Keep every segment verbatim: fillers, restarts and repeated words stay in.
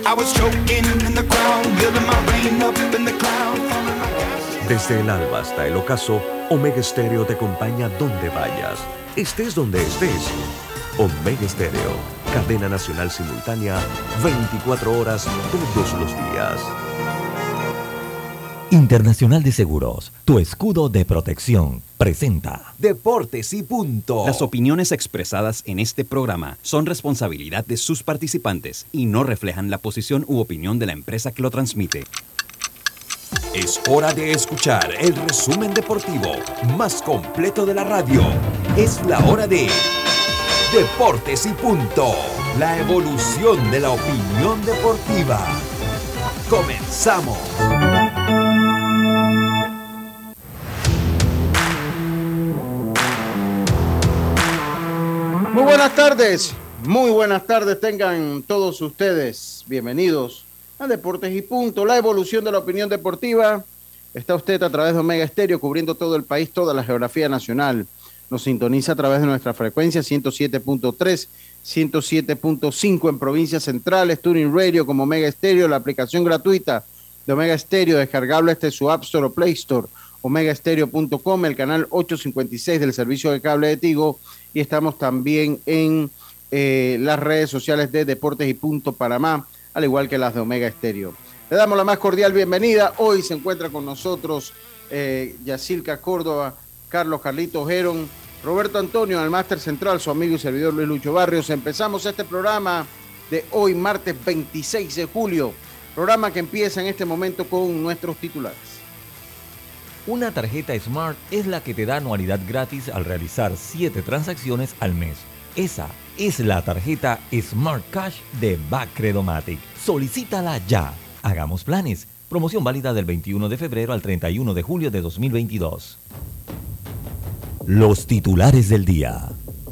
I was choking in the crowd, building my rain up in the cloud. Desde el alba hasta el ocaso, Omega Stereo te acompaña donde vayas, estés donde estés. Omega Stereo, cadena nacional simultánea, veinticuatro horas todos los días. Internacional de Seguros, tu escudo de protección, presenta Deportes y punto. Las opiniones expresadas en este programa son responsabilidad de sus participantes y no reflejan la posición u opinión de la empresa que lo transmite. Es hora de escuchar el resumen deportivo más completo de la radio. Es la hora de Deportes y punto. La evolución de la opinión deportiva. Comenzamos. Muy buenas tardes, muy buenas tardes tengan todos ustedes. Bienvenidos a Deportes y Punto, la evolución de la opinión deportiva. Está usted a través de Omega Stereo cubriendo todo el país, toda la geografía nacional. Nos sintoniza a través de nuestra frecuencia ciento siete punto tres, ciento siete punto cinco en provincias centrales, Tuning Radio como Omega Stereo, la aplicación gratuita de Omega Stereo, descargable desde su App Store o Play Store, omega stereo punto com, el canal ochocientos cincuenta y seis del servicio de cable de Tigo, y estamos también en eh, las redes sociales de Deportes y Punto Panamá, al igual que las de Omega Stereo. Le damos la más cordial bienvenida. Hoy se encuentra con nosotros eh, Yacilca Córdoba, Carlos Carlitos Geron, Roberto Antonio, al máster central, su amigo y servidor Luis Lucho Barrios. Empezamos este programa de hoy, martes veintiséis de julio, programa que empieza en este momento con nuestros titulares. Una tarjeta Smart es la que te da anualidad gratis al realizar siete transacciones al mes. Esa es la tarjeta Smart Cash de Bacredomatic. Solicítala ya. Hagamos planes. Promoción válida del veintiuno de febrero al treinta y uno de julio de dos mil veintidós. Los titulares del día.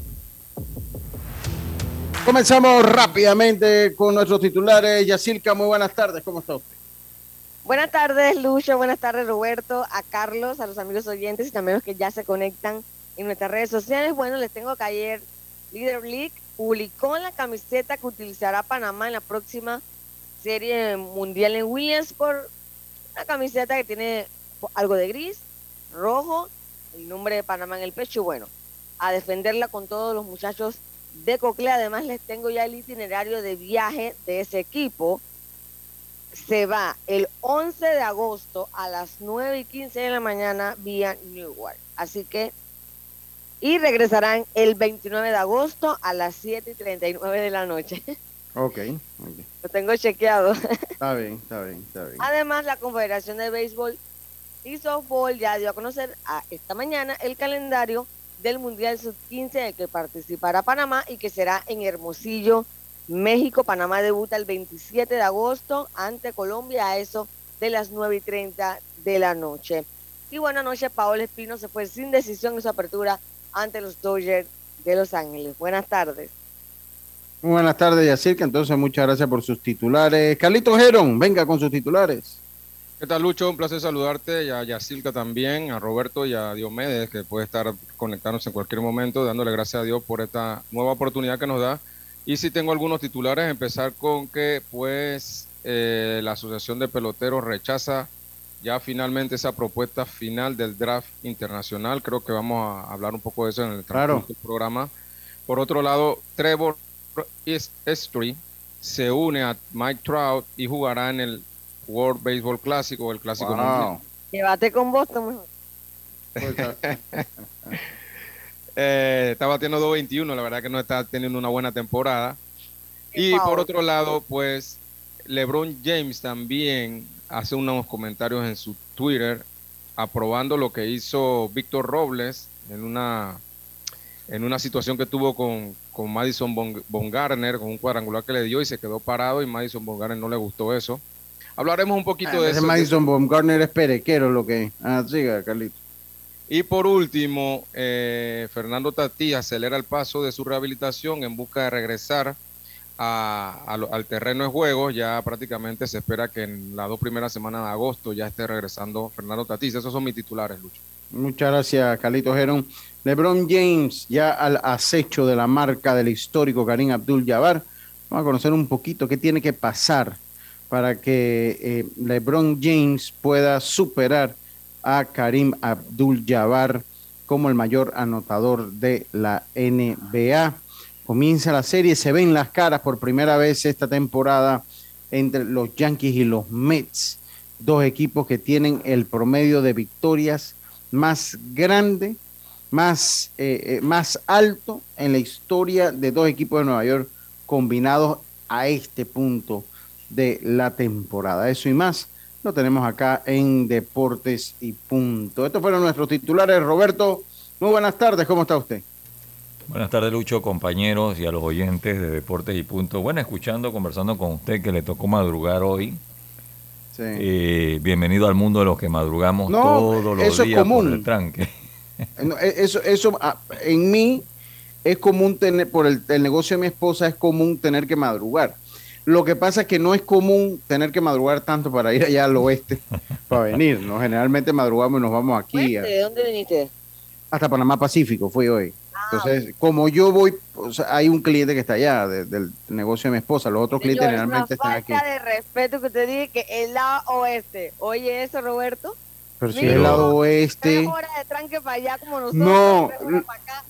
Comenzamos rápidamente con nuestros titulares. Yacilca, muy buenas tardes. ¿Cómo está usted? Buenas tardes, Lucho. Buenas tardes, Roberto, a Carlos, a los amigos oyentes y también los que ya se conectan en nuestras redes sociales. Bueno, les tengo que ayer Leader League publicó la camiseta que utilizará Panamá en la próxima serie mundial en Williamsport. Una camiseta que tiene algo de gris, rojo, el nombre de Panamá en el pecho. Y bueno, a defenderla con todos los muchachos de Coclea. Además, les tengo ya el itinerario de viaje de ese equipo. Se va el once de agosto a las nueve y quince de la mañana vía Newark. Así que, y regresarán el veintinueve de agosto a las siete y treinta y nueve de la noche. Ok, okay. Lo tengo chequeado. Está bien, está bien, está bien. Además, la Confederación de Béisbol y Softball ya dio a conocer a esta mañana el calendario del Mundial sub quince en el que participará Panamá y que será en Hermosillo, México. Panamá debuta el veintisiete de agosto ante Colombia a eso de las nueve y treinta de la noche. Y buena noche, Paola Espino se fue sin decisión en su apertura ante los Dodgers de Los Ángeles. Buenas tardes. Muy buenas tardes, Yacirca. Entonces, muchas gracias por sus titulares. Carlitos Geron, venga con sus titulares. ¿Qué tal, Lucho? Un placer saludarte, y a Yacilca también, a Roberto y a Diomedes, que puede estar conectándose en cualquier momento, dándole gracias a Dios por esta nueva oportunidad que nos da. Y si tengo algunos titulares, empezar con que pues eh, la Asociación de Peloteros rechaza ya finalmente esa propuesta final del draft internacional. Creo que vamos a hablar un poco de eso en el transcurso del programa. Por otro lado, Trevor Estrie se une a Mike Trout y jugará en el World Baseball Classic o el Clásico wow. Mundial. Llévate con Boston mejor. Eh, está batiendo dos veintiuno, la verdad que no está teniendo una buena temporada. Y Wow. por otro lado, pues LeBron James también hace unos comentarios en su Twitter aprobando lo que hizo Víctor Robles en una en una situación que tuvo con, con Madison Bumgarner, con un cuadrangular que le dio y se quedó parado, y Madison Bumgarner no le gustó eso. Hablaremos un poquito ah, de ese eso. Madison Bumgarner es perequero, lo que ah, siga, Carlitos. Y por último, eh, Fernando Tatís acelera el paso de su rehabilitación en busca de regresar a, a, al terreno de juego. Ya prácticamente se espera que en las dos primeras semanas de agosto ya esté regresando Fernando Tatís. Esos son mis titulares, Lucho. Muchas gracias, Carlitos Geron. LeBron James ya al acecho de la marca del histórico Kareem Abdul-Jabbar. Vamos a conocer un poquito qué tiene que pasar para que eh, LeBron James pueda superar a Karim Abdul-Jabbar como el mayor anotador de la N B A. Comienza la serie, se ven las caras por primera vez esta temporada entre los Yankees y los Mets, dos equipos que tienen el promedio de victorias más grande, más, eh, eh, más alto en la historia de dos equipos de Nueva York combinados a este punto de la temporada. Eso y más lo tenemos acá en Deportes y Punto. Estos fueron nuestros titulares. Roberto, muy buenas tardes, ¿cómo está usted? Buenas tardes, Lucho, compañeros y a los oyentes de Deportes y Punto. Bueno, escuchando, conversando con usted que le tocó madrugar hoy. Sí. Eh, bienvenido al mundo de los que madrugamos no, todos los eso días es común. por el tranque. No, eso, eso en mí es común tener, por el, el negocio de mi esposa es común tener que madrugar. Lo que pasa es que no es común tener que madrugar tanto para ir allá al oeste para venir, ¿no? Generalmente madrugamos y nos vamos aquí. A, ¿De dónde viniste? Hasta Panamá Pacífico fui hoy. Entonces, como yo voy, o sea, hay un cliente que está allá de, del negocio de mi esposa, los otros clientes Señor, generalmente están aquí. Es una falta de respeto que usted diga que el lado oeste. Oye eso, Roberto. Pero si Mira, es el lado oeste... tres horas de tranque para allá como nosotros. No, tres horas para acá.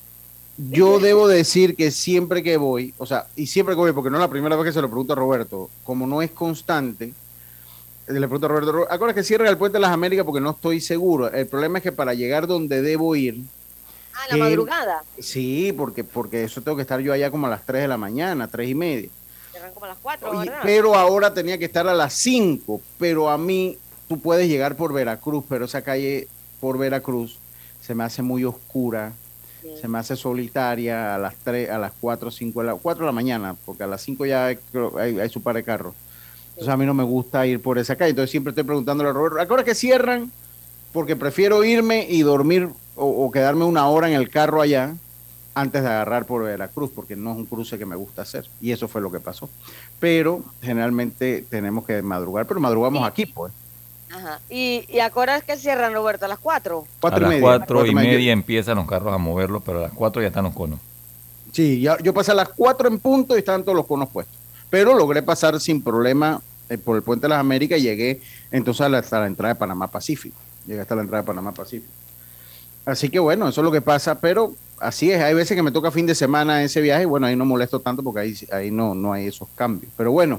yo debo decir que siempre que voy, o sea, y siempre que voy, porque no es la primera vez que se lo pregunto a Roberto, como no es constante, le pregunto a Roberto, acuérdate que cierre el Puente de las Américas porque no estoy seguro. El problema es que para llegar donde debo ir... Ah, la madrugada. Sí, porque, porque eso tengo que estar yo allá como a las tres de la mañana, tres y media. Llegan como a las cuatro, Oye, ¿verdad? pero ahora tenía que estar a las cinco, pero a mí, tú puedes llegar por Veracruz, pero esa calle por Veracruz se me hace muy oscura, sí. Se me hace solitaria a las tres, a las cuatro, cinco, a las cuatro de la mañana, porque a las cinco ya hay, hay, hay su par de carros. Entonces a mí no me gusta ir por esa calle, entonces siempre estoy preguntándole a Roberto, ¿a qué hora que cierran? Porque prefiero irme y dormir o, o quedarme una hora en el carro allá antes de agarrar por Veracruz, porque no es un cruce que me gusta hacer. Y eso fue lo que pasó. Pero generalmente tenemos que madrugar, pero madrugamos sí. aquí, pues. Ajá. ¿Y, y a qué hora es que cierran, Roberto? ¿A las cuatro? A las cuatro y media empiezan los carros a moverlos, pero a las cuatro ya están los conos. Sí, ya, yo pasé a las cuatro en punto y estaban todos los conos puestos. Pero logré pasar sin problema eh, por el Puente de las Américas y llegué entonces a la, hasta la entrada de Panamá Pacífico. Llegué hasta la entrada de Panamá Pacífico. Así que bueno, eso es lo que pasa, pero así es. Hay veces que me toca fin de semana ese viaje y bueno, ahí no molesto tanto porque ahí, ahí no, no hay esos cambios. Pero bueno,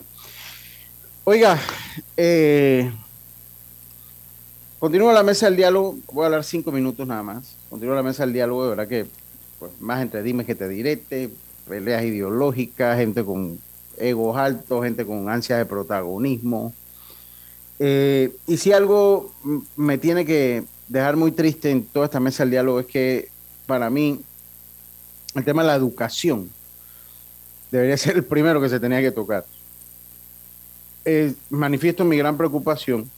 oiga, eh, continúo la mesa del diálogo. Voy a hablar cinco minutos nada más. Continúo la mesa del diálogo, de verdad que pues, más entre dime que te direte, peleas ideológicas, gente con egos altos, gente con ansias de protagonismo. Eh, y si algo me tiene que dejar muy triste en toda esta mesa del diálogo es que para mí el tema de la educación debería ser el primero que se tenía que tocar. Eh, manifiesto mi gran preocupación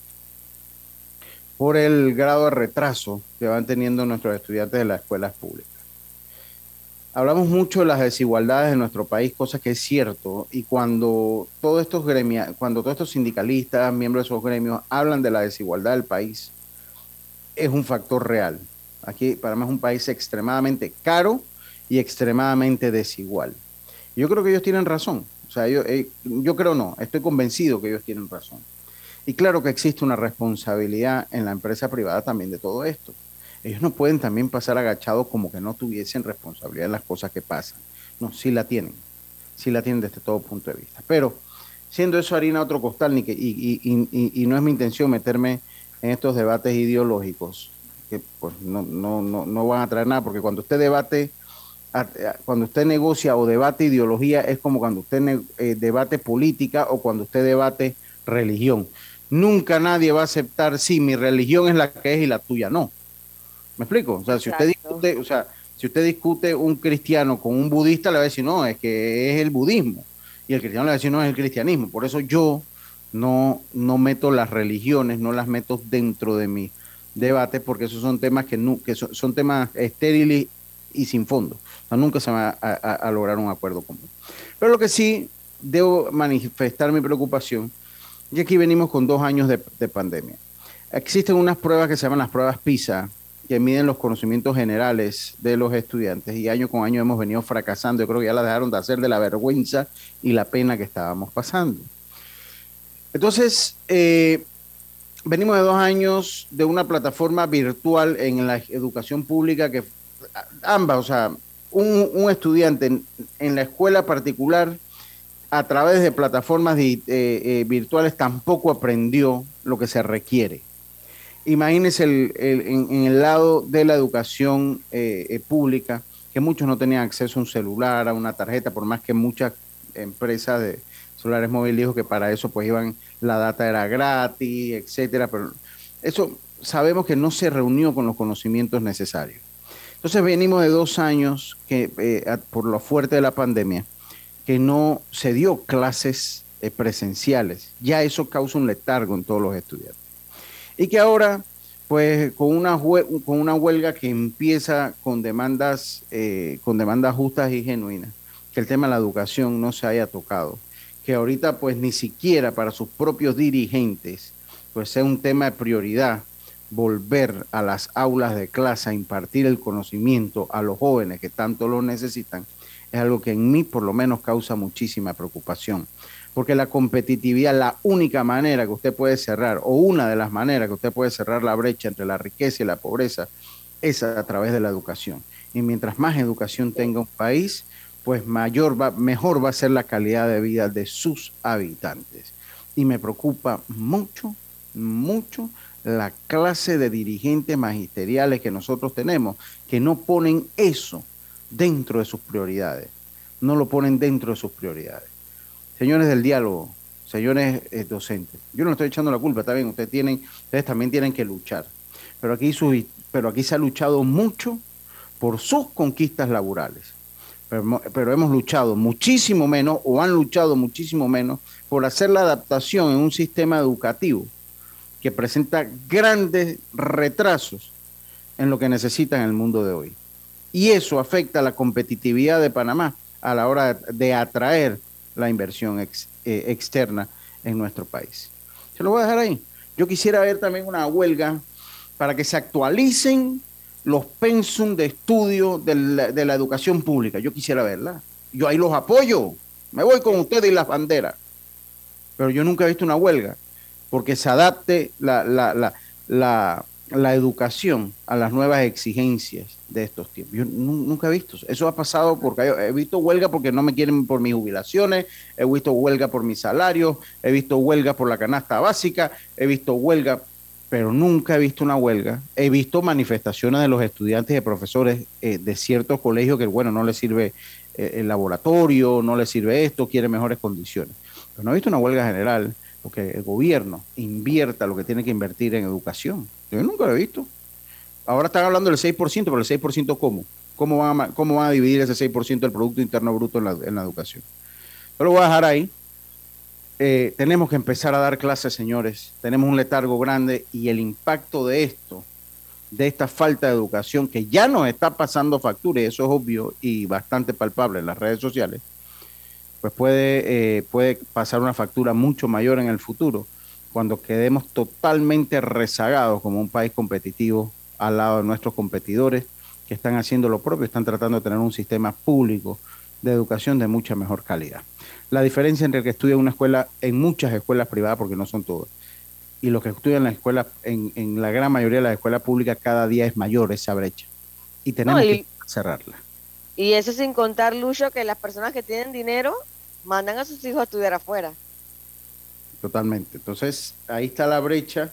por el grado de retraso que van teniendo nuestros estudiantes de las escuelas públicas. Hablamos mucho de las desigualdades de nuestro país, cosa que es cierto, y cuando todos estos gremios, cuando todos estos sindicalistas, miembros de esos gremios, hablan de la desigualdad del país, es un factor real. Aquí Panamá es un país extremadamente caro y extremadamente desigual. Yo creo que ellos tienen razón. O sea, yo, eh, yo creo no, estoy convencido que ellos tienen razón. Y claro que existe una responsabilidad en la empresa privada también de todo esto. Ellos no pueden también pasar agachados como que no tuviesen responsabilidad en las cosas que pasan. No, sí la tienen. Sí la tienen desde todo punto de vista. Pero siendo eso harina otro costal, ni que, y, y, y, y no es mi intención meterme en estos debates ideológicos, que pues no, no, no, no van a traer nada, porque cuando usted debate, cuando usted negocia o debate ideología, es como cuando usted ne, eh, debate política o cuando usted debate religión. Nunca nadie va a aceptar, sí, mi religión es la que es y la tuya no. ¿Me explico? O sea, si usted discute, o sea, si usted discute un cristiano con un budista, le va a decir, no, es que es el budismo. Y el cristiano le va a decir, no, es el cristianismo. Por eso yo no, no meto las religiones, no las meto dentro de mi debate, porque esos son temas que, no, que son, son temas estériles y sin fondo. O sea, nunca se va a, a, a lograr un acuerdo común. Pero lo que sí debo manifestar mi preocupación, y aquí venimos con dos años de, de pandemia. Existen unas pruebas que se llaman las pruebas PISA, que miden los conocimientos generales de los estudiantes, y año con año hemos venido fracasando. Yo creo que ya la dejaron de hacer de la vergüenza y la pena que estábamos pasando. Entonces, eh, venimos de dos años de una plataforma virtual en la educación pública que ambas, o sea, un, un estudiante en, en la escuela particular a través de plataformas de, eh, eh, virtuales tampoco aprendió lo que se requiere. Imagínense el, el, en, en, el lado de la educación eh, eh, pública, que muchos no tenían acceso a un celular, a una tarjeta, por más que muchas empresas de celulares móviles dijo que para eso pues iban, la data era gratis, etcétera, pero eso sabemos que no se reunió con los conocimientos necesarios. Entonces venimos de dos años que eh, por lo fuerte de la pandemia, que no se dio clases eh, presenciales. Ya eso causa un letargo en todos los estudiantes. Y que ahora, pues, con una, con una huelga que empieza con demandas, eh, con demandas justas y genuinas, que el tema de la educación no se haya tocado, que ahorita, pues, ni siquiera para sus propios dirigentes, pues, sea un tema de prioridad volver a las aulas de clase a impartir el conocimiento a los jóvenes que tanto lo necesitan, es algo que en mí, por lo menos, causa muchísima preocupación. Porque la competitividad, la única manera que usted puede cerrar, o una de las maneras que usted puede cerrar la brecha entre la riqueza y la pobreza, es a través de la educación. Y mientras más educación tenga un país, pues mayor va, mejor va a ser la calidad de vida de sus habitantes. Y me preocupa mucho, mucho la clase de dirigentes magisteriales que nosotros tenemos, que no ponen eso dentro de sus prioridades. No lo ponen dentro de sus prioridades. Señores del diálogo, señores eh, docentes, yo no estoy echando la culpa, está bien, ustedes, tienen, ustedes también tienen que luchar, pero aquí, su, pero aquí se ha luchado mucho por sus conquistas laborales, pero, pero hemos luchado muchísimo menos, o han luchado muchísimo menos, por hacer la adaptación en un sistema educativo que presenta grandes retrasos en lo que necesitan en el mundo de hoy. Y eso afecta a la competitividad de Panamá a la hora de, de atraer la inversión ex, eh, externa en nuestro país. Se lo voy a dejar ahí. Yo quisiera ver también una huelga para que se actualicen los pensum de estudio de la, de la educación pública. Yo quisiera verla. Yo ahí los apoyo. Me voy con ustedes y las banderas. Pero yo nunca he visto una huelga porque se adapte la, la, la, la, la educación a las nuevas exigencias de estos tiempos. Yo nunca he visto eso. Eso ha pasado porque he visto huelga porque no me quieren por mis jubilaciones, he visto huelga por mis salarios, he visto huelga por la canasta básica, he visto huelga, pero nunca he visto una huelga. He visto manifestaciones de los estudiantes y profesores eh, de ciertos colegios que, bueno, no les sirve eh, el laboratorio, no les sirve esto, quieren mejores condiciones. Pero no he visto una huelga general porque el gobierno invierta lo que tiene que invertir en educación. Yo nunca lo he visto. Ahora están hablando del seis por ciento, pero el seis por ciento ¿cómo? ¿Cómo van a, cómo van a dividir ese seis por ciento del Producto Interno Bruto en la, en la educación? Yo lo voy a dejar ahí. Eh, tenemos que empezar a dar clases, señores. Tenemos un letargo grande y el impacto de esto, de esta falta de educación que ya nos está pasando factura, y eso es obvio y bastante palpable en las redes sociales, pues puede, eh, puede pasar una factura mucho mayor en el futuro cuando quedemos totalmente rezagados como un país competitivo al lado de nuestros competidores que están haciendo lo propio, están tratando de tener un sistema público de educación de mucha mejor calidad. La diferencia entre el que estudia en una escuela, en muchas escuelas privadas, porque no son todas, y los que estudian en la escuela, en, en la gran mayoría de las escuelas públicas, cada día es mayor esa brecha. Y tenemos no, y, que cerrarla. Y eso sin contar, Lucho, que las personas que tienen dinero mandan a sus hijos a estudiar afuera. Totalmente. Entonces, ahí está la brecha.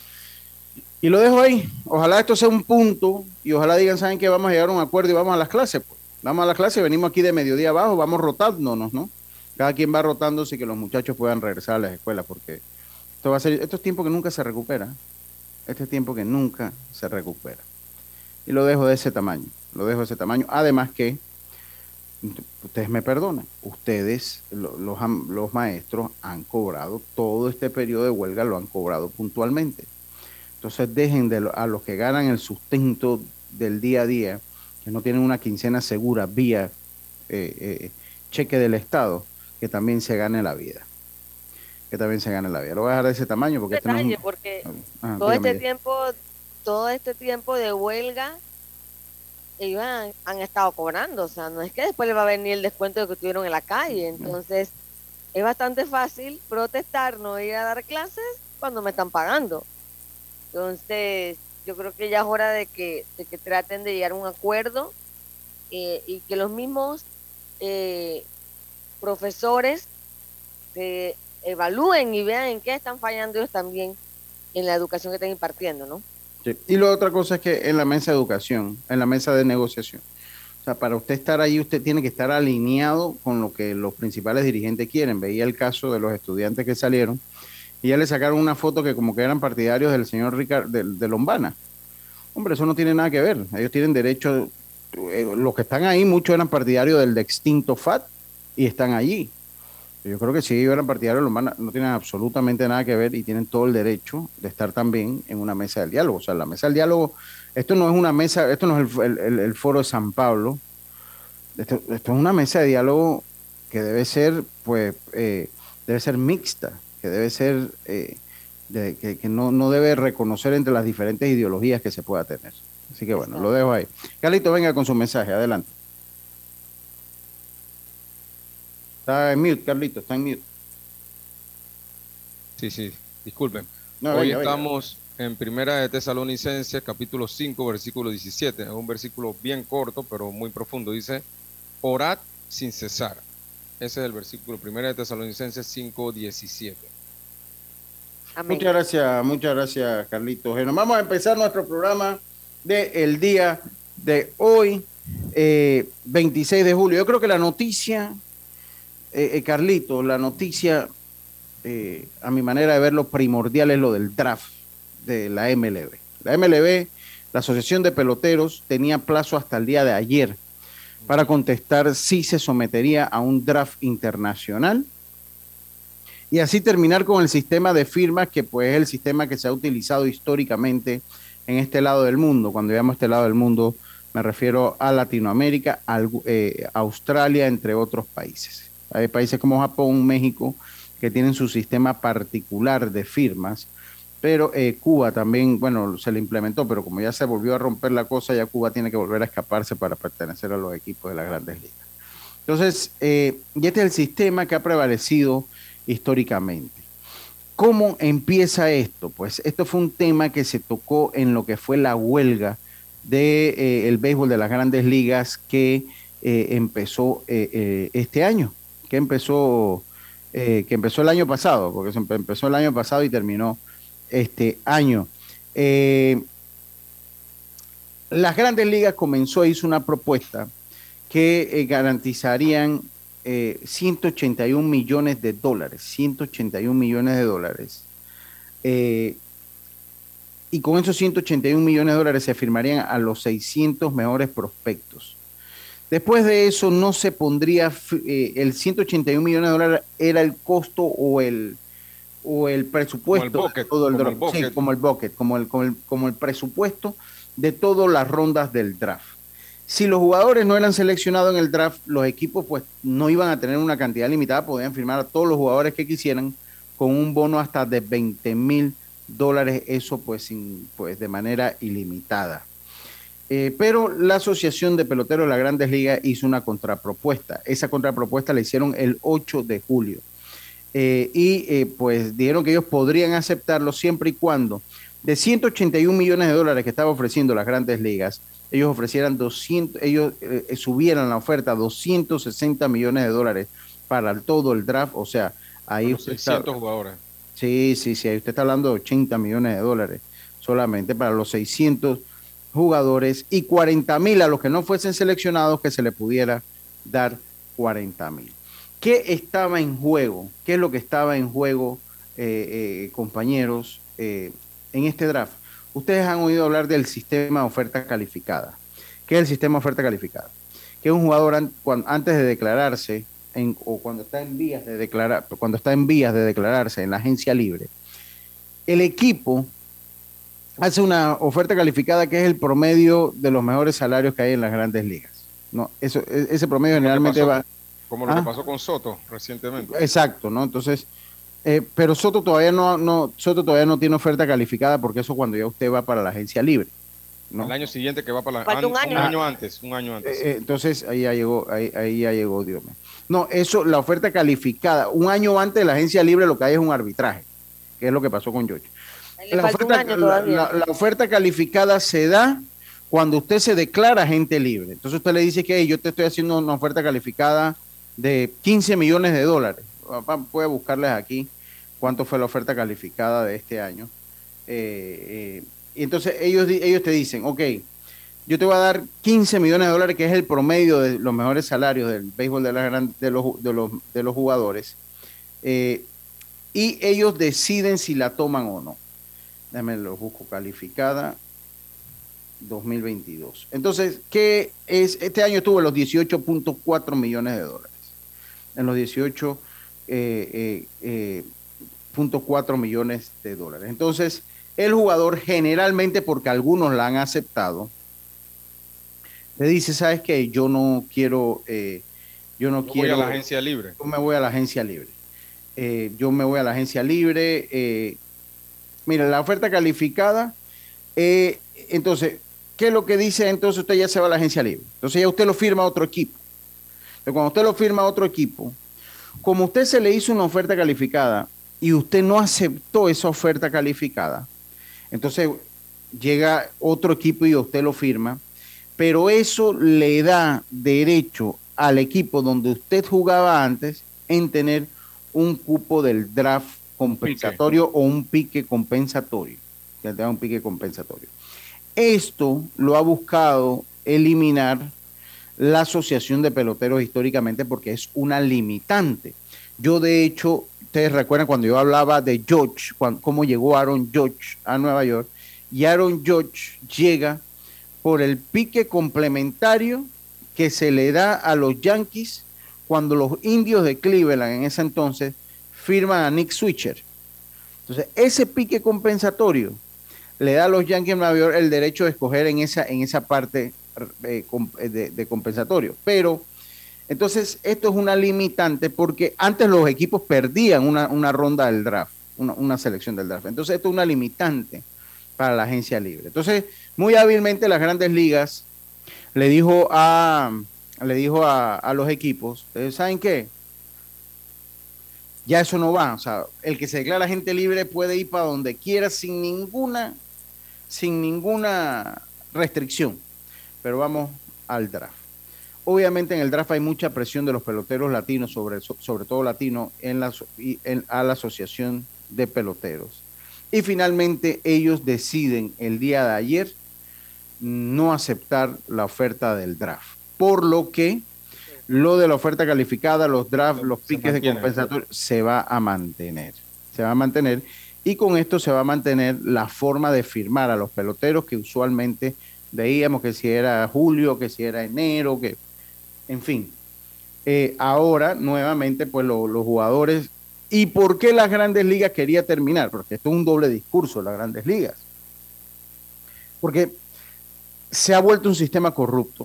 Y lo dejo ahí. Ojalá esto sea un punto y ojalá digan, ¿saben qué? Vamos a llegar a un acuerdo y vamos a las clases. Pues. Vamos a las clases, venimos aquí de mediodía abajo, vamos rotándonos, ¿no? Cada quien va rotándose y que los muchachos puedan regresar a las escuelas porque esto va a ser, esto es tiempo que nunca se recupera. Este es tiempo que nunca se recupera. Y lo dejo de ese tamaño, lo dejo de ese tamaño. Además que, ustedes me perdonan, ustedes, los, los maestros han cobrado, todo este periodo de huelga lo han cobrado puntualmente. Entonces dejen de lo, a los que ganan el sustento del día a día, que no tienen una quincena segura vía eh, eh, cheque del Estado, que también se gane la vida. Que también se gane la vida. Lo voy a dejar de ese tamaño porque... Detalle, este no es un... porque ah, todo dígame. este tiempo, todo este tiempo de huelga, ellos han, han estado cobrando. O sea, no es que después les va a venir el descuento que tuvieron en la calle. Entonces, es bastante fácil protestar, no ir a dar clases cuando me están pagando. Entonces, yo creo que ya es hora de que, de que traten de llegar a un acuerdo eh, y que los mismos eh, profesores eh, evalúen y vean en qué están fallando ellos también en la educación que están impartiendo, ¿no? Sí. Y la otra cosa es que en la mesa de educación, en la mesa de negociación, o sea, para usted estar ahí, usted tiene que estar alineado con lo que los principales dirigentes quieren. Veía el caso de los estudiantes que salieron y ya le sacaron una foto que como que eran partidarios del señor Ricard, de, de Lombana. Hombre, eso no tiene nada que ver. Ellos tienen derecho, eh, los que están ahí, muchos eran partidarios del de extinto F A T y están allí. Yo creo que si ellos eran partidarios de Lombana, no tienen absolutamente nada que ver y tienen todo el derecho de estar también en una mesa del diálogo. O sea, la mesa del diálogo, esto no es una mesa, esto no es el, el, el foro de San Pablo, esto, esto es una mesa de diálogo que debe ser, pues, eh, debe ser mixta, que debe ser, eh, de, que, que no, no debe reconocer entre las diferentes ideologías que se pueda tener. Así que bueno, lo dejo ahí. Carlito, venga con su mensaje, adelante. Está en mute, Carlito, está en mute. Sí, sí, disculpen. No, Hoy venga, estamos venga. en Primera de Tesalonicenses, capítulo cinco, versículo diecisiete. Es un versículo bien corto, pero muy profundo. Dice, orad sin cesar. Ese es el versículo, Primera de Tesalonicenses cinco, diecisiete. Amén. Muchas gracias, muchas gracias, Carlitos. Bueno, vamos a empezar nuestro programa del día de hoy, eh, veintiséis de julio. Yo creo que la noticia, eh, eh, Carlitos, la noticia, eh, a mi manera de verlo, primordial es lo del draft de la M L B. La M L B, la Asociación de Peloteros, tenía plazo hasta el día de ayer para contestar si se sometería a un draft internacional y así terminar con el sistema de firmas que pues es el sistema que se ha utilizado históricamente en este lado del mundo. Cuando llamo este lado del mundo me refiero a Latinoamérica, a eh, Australia, entre otros países. Hay países como Japón, México, que tienen su sistema particular de firmas, pero eh, Cuba también, bueno, se le implementó, pero como ya se volvió a romper la cosa, ya Cuba tiene que volver a escaparse para pertenecer a los equipos de las Grandes Ligas. Entonces, eh, y este es el sistema que ha prevalecido históricamente. ¿Cómo empieza esto? Pues esto fue un tema que se tocó en lo que fue la huelga del de, eh, béisbol de las Grandes Ligas que eh, empezó eh, eh, este año, que empezó, eh, que empezó el año pasado, porque se empezó el año pasado y terminó este año. Eh, las Grandes Ligas comenzó, hizo una propuesta que eh, garantizarían eh, ciento ochenta y un millones de dólares, ciento ochenta y un millones de dólares. Eh, y con esos ciento ochenta y un millones de dólares se firmarían a los seiscientos mejores prospectos. Después de eso no se pondría, eh, el ciento ochenta y un millones de dólares era el costo o el o el presupuesto como el bucket, de todo el como draft, el bucket. sí, como el bucket, como el, como el, como el presupuesto de todas las rondas del draft. Si los jugadores no eran seleccionados en el draft, los equipos pues no iban a tener una cantidad limitada, podían firmar a todos los jugadores que quisieran con un bono hasta de veinte mil dólares, eso pues, sin, pues de manera ilimitada. Eh, pero la Asociación de Peloteros de las Grandes Ligas hizo una contrapropuesta. Esa contrapropuesta la hicieron el ocho de julio. Eh, y eh, pues dijeron que ellos podrían aceptarlo siempre y cuando de ciento ochenta y un millones de dólares que estaba ofreciendo las Grandes Ligas, ellos ofrecieran doscientos, ellos eh, subieran la oferta a doscientos sesenta millones de dólares para el, todo el draft. O sea, ahí usted seiscientos está, jugadores. Sí, sí, sí, ahí usted está hablando de ochenta millones de dólares solamente para los seiscientos jugadores y cuarenta mil a los que no fuesen seleccionados, que se le pudiera dar cuarenta mil. ¿Qué estaba en juego? ¿Qué es lo que estaba en juego, eh, eh, compañeros, eh, en este draft? Ustedes han oído hablar del sistema de oferta calificada. ¿Qué es el sistema de oferta calificada? Que un jugador an, cuando, antes de declararse en, o cuando está en vías de declarar, cuando está en vías de declararse en la agencia libre, el equipo hace una oferta calificada que es el promedio de los mejores salarios que hay en las Grandes Ligas. No, eso, ese promedio generalmente va... Como lo ¿Ah? que pasó con Soto recientemente. Exacto, ¿no? Entonces, eh, pero Soto todavía no, no, Soto todavía no tiene oferta calificada porque eso cuando ya usted va para la agencia libre. ¿no? El año siguiente que va para la... Falta un an- año. un año antes, un año antes. Eh, eh, entonces ahí ya llegó, ahí, ahí ya llegó Dios mío. No, eso, la oferta calificada, un año antes de la agencia libre lo que hay es un arbitraje, que es lo que pasó con George. Le La falta un oferta, año la, todavía. la- la oferta calificada se da cuando usted se declara agente libre. Entonces usted le dice que "Hey, yo te estoy haciendo una oferta calificada de quince millones de dólares. Papá, voy a buscarles aquí cuánto fue la oferta calificada de este año. Eh, eh, y entonces ellos, di- ellos te dicen, ok, yo te voy a dar quince millones de dólares, que es el promedio de los mejores salarios del béisbol de, la gran- de, los, de, los, de los jugadores. Eh, y ellos deciden si la toman o no. Déjame lo busco, calificada dos mil veintidós. Entonces, ¿qué es? Este año estuvo en los dieciocho punto cuatro millones de dólares. En los dieciocho punto cuatro eh, eh, eh, millones de dólares. Entonces, el jugador generalmente, porque algunos la han aceptado, le dice, ¿sabes qué? Yo no quiero, eh, yo no Yo quiero... voy a la agencia libre. Yo me voy a la agencia libre. Eh, yo me voy a la agencia libre. Eh, mira, la oferta calificada, eh, entonces, ¿qué es lo que dice? Entonces usted ya se va a la agencia libre. Entonces ya usted lo firma a otro equipo. Pero cuando usted lo firma a otro equipo, como usted se le hizo una oferta calificada y usted no aceptó esa oferta calificada, entonces llega otro equipo y usted lo firma, pero eso le da derecho al equipo donde usted jugaba antes en tener un cupo del draft compensatorio o un pique compensatorio, que te da un pique compensatorio. Esto lo ha buscado eliminar la Asociación de Peloteros históricamente porque es una limitante. Yo, de hecho, ustedes recuerdan cuando yo hablaba de Judge, cuando, cómo llegó Aaron Judge a Nueva York, y Aaron Judge llega por el pique complementario que se le da a los Yankees cuando los indios de Cleveland en ese entonces firman a Nick Switcher. Entonces, ese pique compensatorio le da a los Yankees de Nueva York el derecho de escoger en esa, en esa parte eh, de, de compensatorio. Pero, entonces, esto es una limitante porque antes los equipos perdían una, una ronda del draft, una, una selección del draft. Entonces, esto es una limitante para la agencia libre. Entonces, muy hábilmente las grandes ligas le dijo a, le dijo a, a los equipos, ¿saben qué? Ya eso no va. O sea, el que se declara agente libre puede ir para donde quiera sin ninguna, sin ninguna restricción. Pero vamos al draft. Obviamente en el draft hay mucha presión de los peloteros latinos, sobre, sobre todo latinos, en la, en, a la Asociación de Peloteros. Y finalmente ellos deciden el día de ayer no aceptar la oferta del draft. Por lo que lo de la oferta calificada, los drafts, los piques de compensatorio, se va a mantener. Se va a mantener. Y con esto se va a mantener la forma de firmar a los peloteros que usualmente veíamos que si era julio, que si era enero, que en fin. Eh, ahora, nuevamente, pues lo, los jugadores... ¿Y por qué las grandes ligas quería terminar? Porque esto es un doble discurso, las grandes ligas. Porque se ha vuelto un sistema corrupto.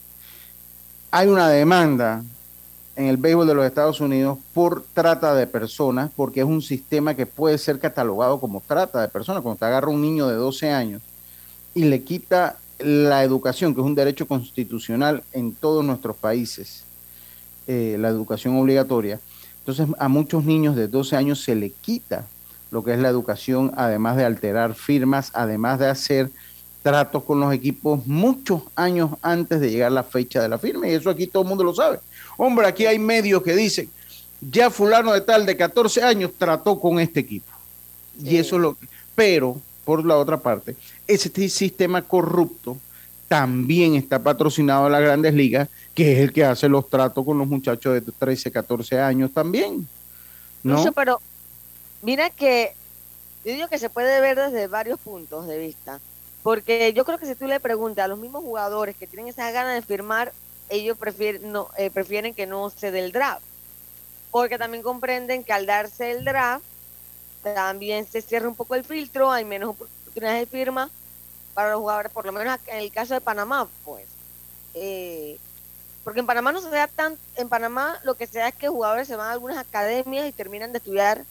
Hay una demanda en el béisbol de los Estados Unidos por trata de personas, porque es un sistema que puede ser catalogado como trata de personas. Cuando te agarra un niño de doce años y le quita la educación, que es un derecho constitucional en todos nuestros países, eh, la educación obligatoria. Entonces a muchos niños de doce años se le quita lo que es la educación, además de alterar firmas, además de hacer tratos con los equipos muchos años antes de llegar la fecha de la firma, y eso aquí todo el mundo lo sabe. Hombre, aquí hay medios que dicen, ya fulano de tal de catorce años trató con este equipo. Sí. Y eso es lo que... Pero, por la otra parte, ese sistema corrupto también está patrocinado en las grandes ligas, que es el que hace los tratos con los muchachos de trece, catorce años también, ¿no? Lucho, pero mira que yo digo que se puede ver desde varios puntos de vista, porque yo creo que si tú le preguntas a los mismos jugadores que tienen esas ganas de firmar, ellos prefieren, no, eh, prefieren que no se dé el draft, porque también comprenden que al darse el draft, también se cierra un poco el filtro, hay menos oportunidades de firma para los jugadores, por lo menos en el caso de Panamá, pues. Eh, porque en Panamá no se da tan, en Panamá lo que se da es que jugadores se van a algunas academias y terminan de estudiar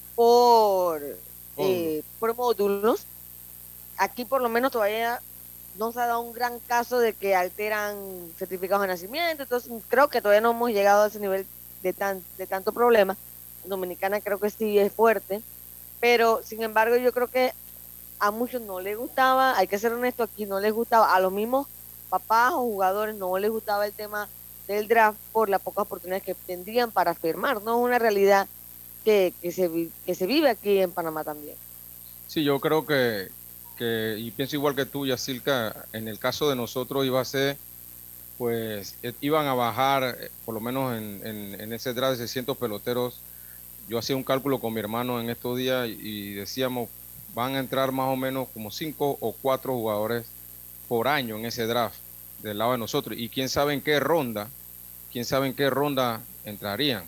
por, oh. eh, por módulos. Aquí por lo menos todavía no se ha dado un gran caso de que alteran certificados de nacimiento, entonces creo que todavía no hemos llegado a ese nivel de, tan, de tanto problema. Dominicana creo que sí es fuerte, pero sin embargo yo creo que a muchos no les gustaba, hay que ser honesto aquí, no les gustaba, a los mismos papás o jugadores no les gustaba el tema del draft por las pocas oportunidades que tendrían para firmar, no es una realidad que, que, se, que se vive aquí en Panamá también. Sí, yo creo que, que y pienso igual que tú, Yacilca, en el caso de nosotros iba a ser, pues eh, iban a bajar, eh, por lo menos en, en, en ese draft de seiscientos peloteros. Yo hacía un cálculo con mi hermano en estos días y, y decíamos, van a entrar más o menos como cinco o cuatro jugadores por año en ese draft del lado de nosotros. Y quién sabe en qué ronda, quién sabe en qué ronda entrarían.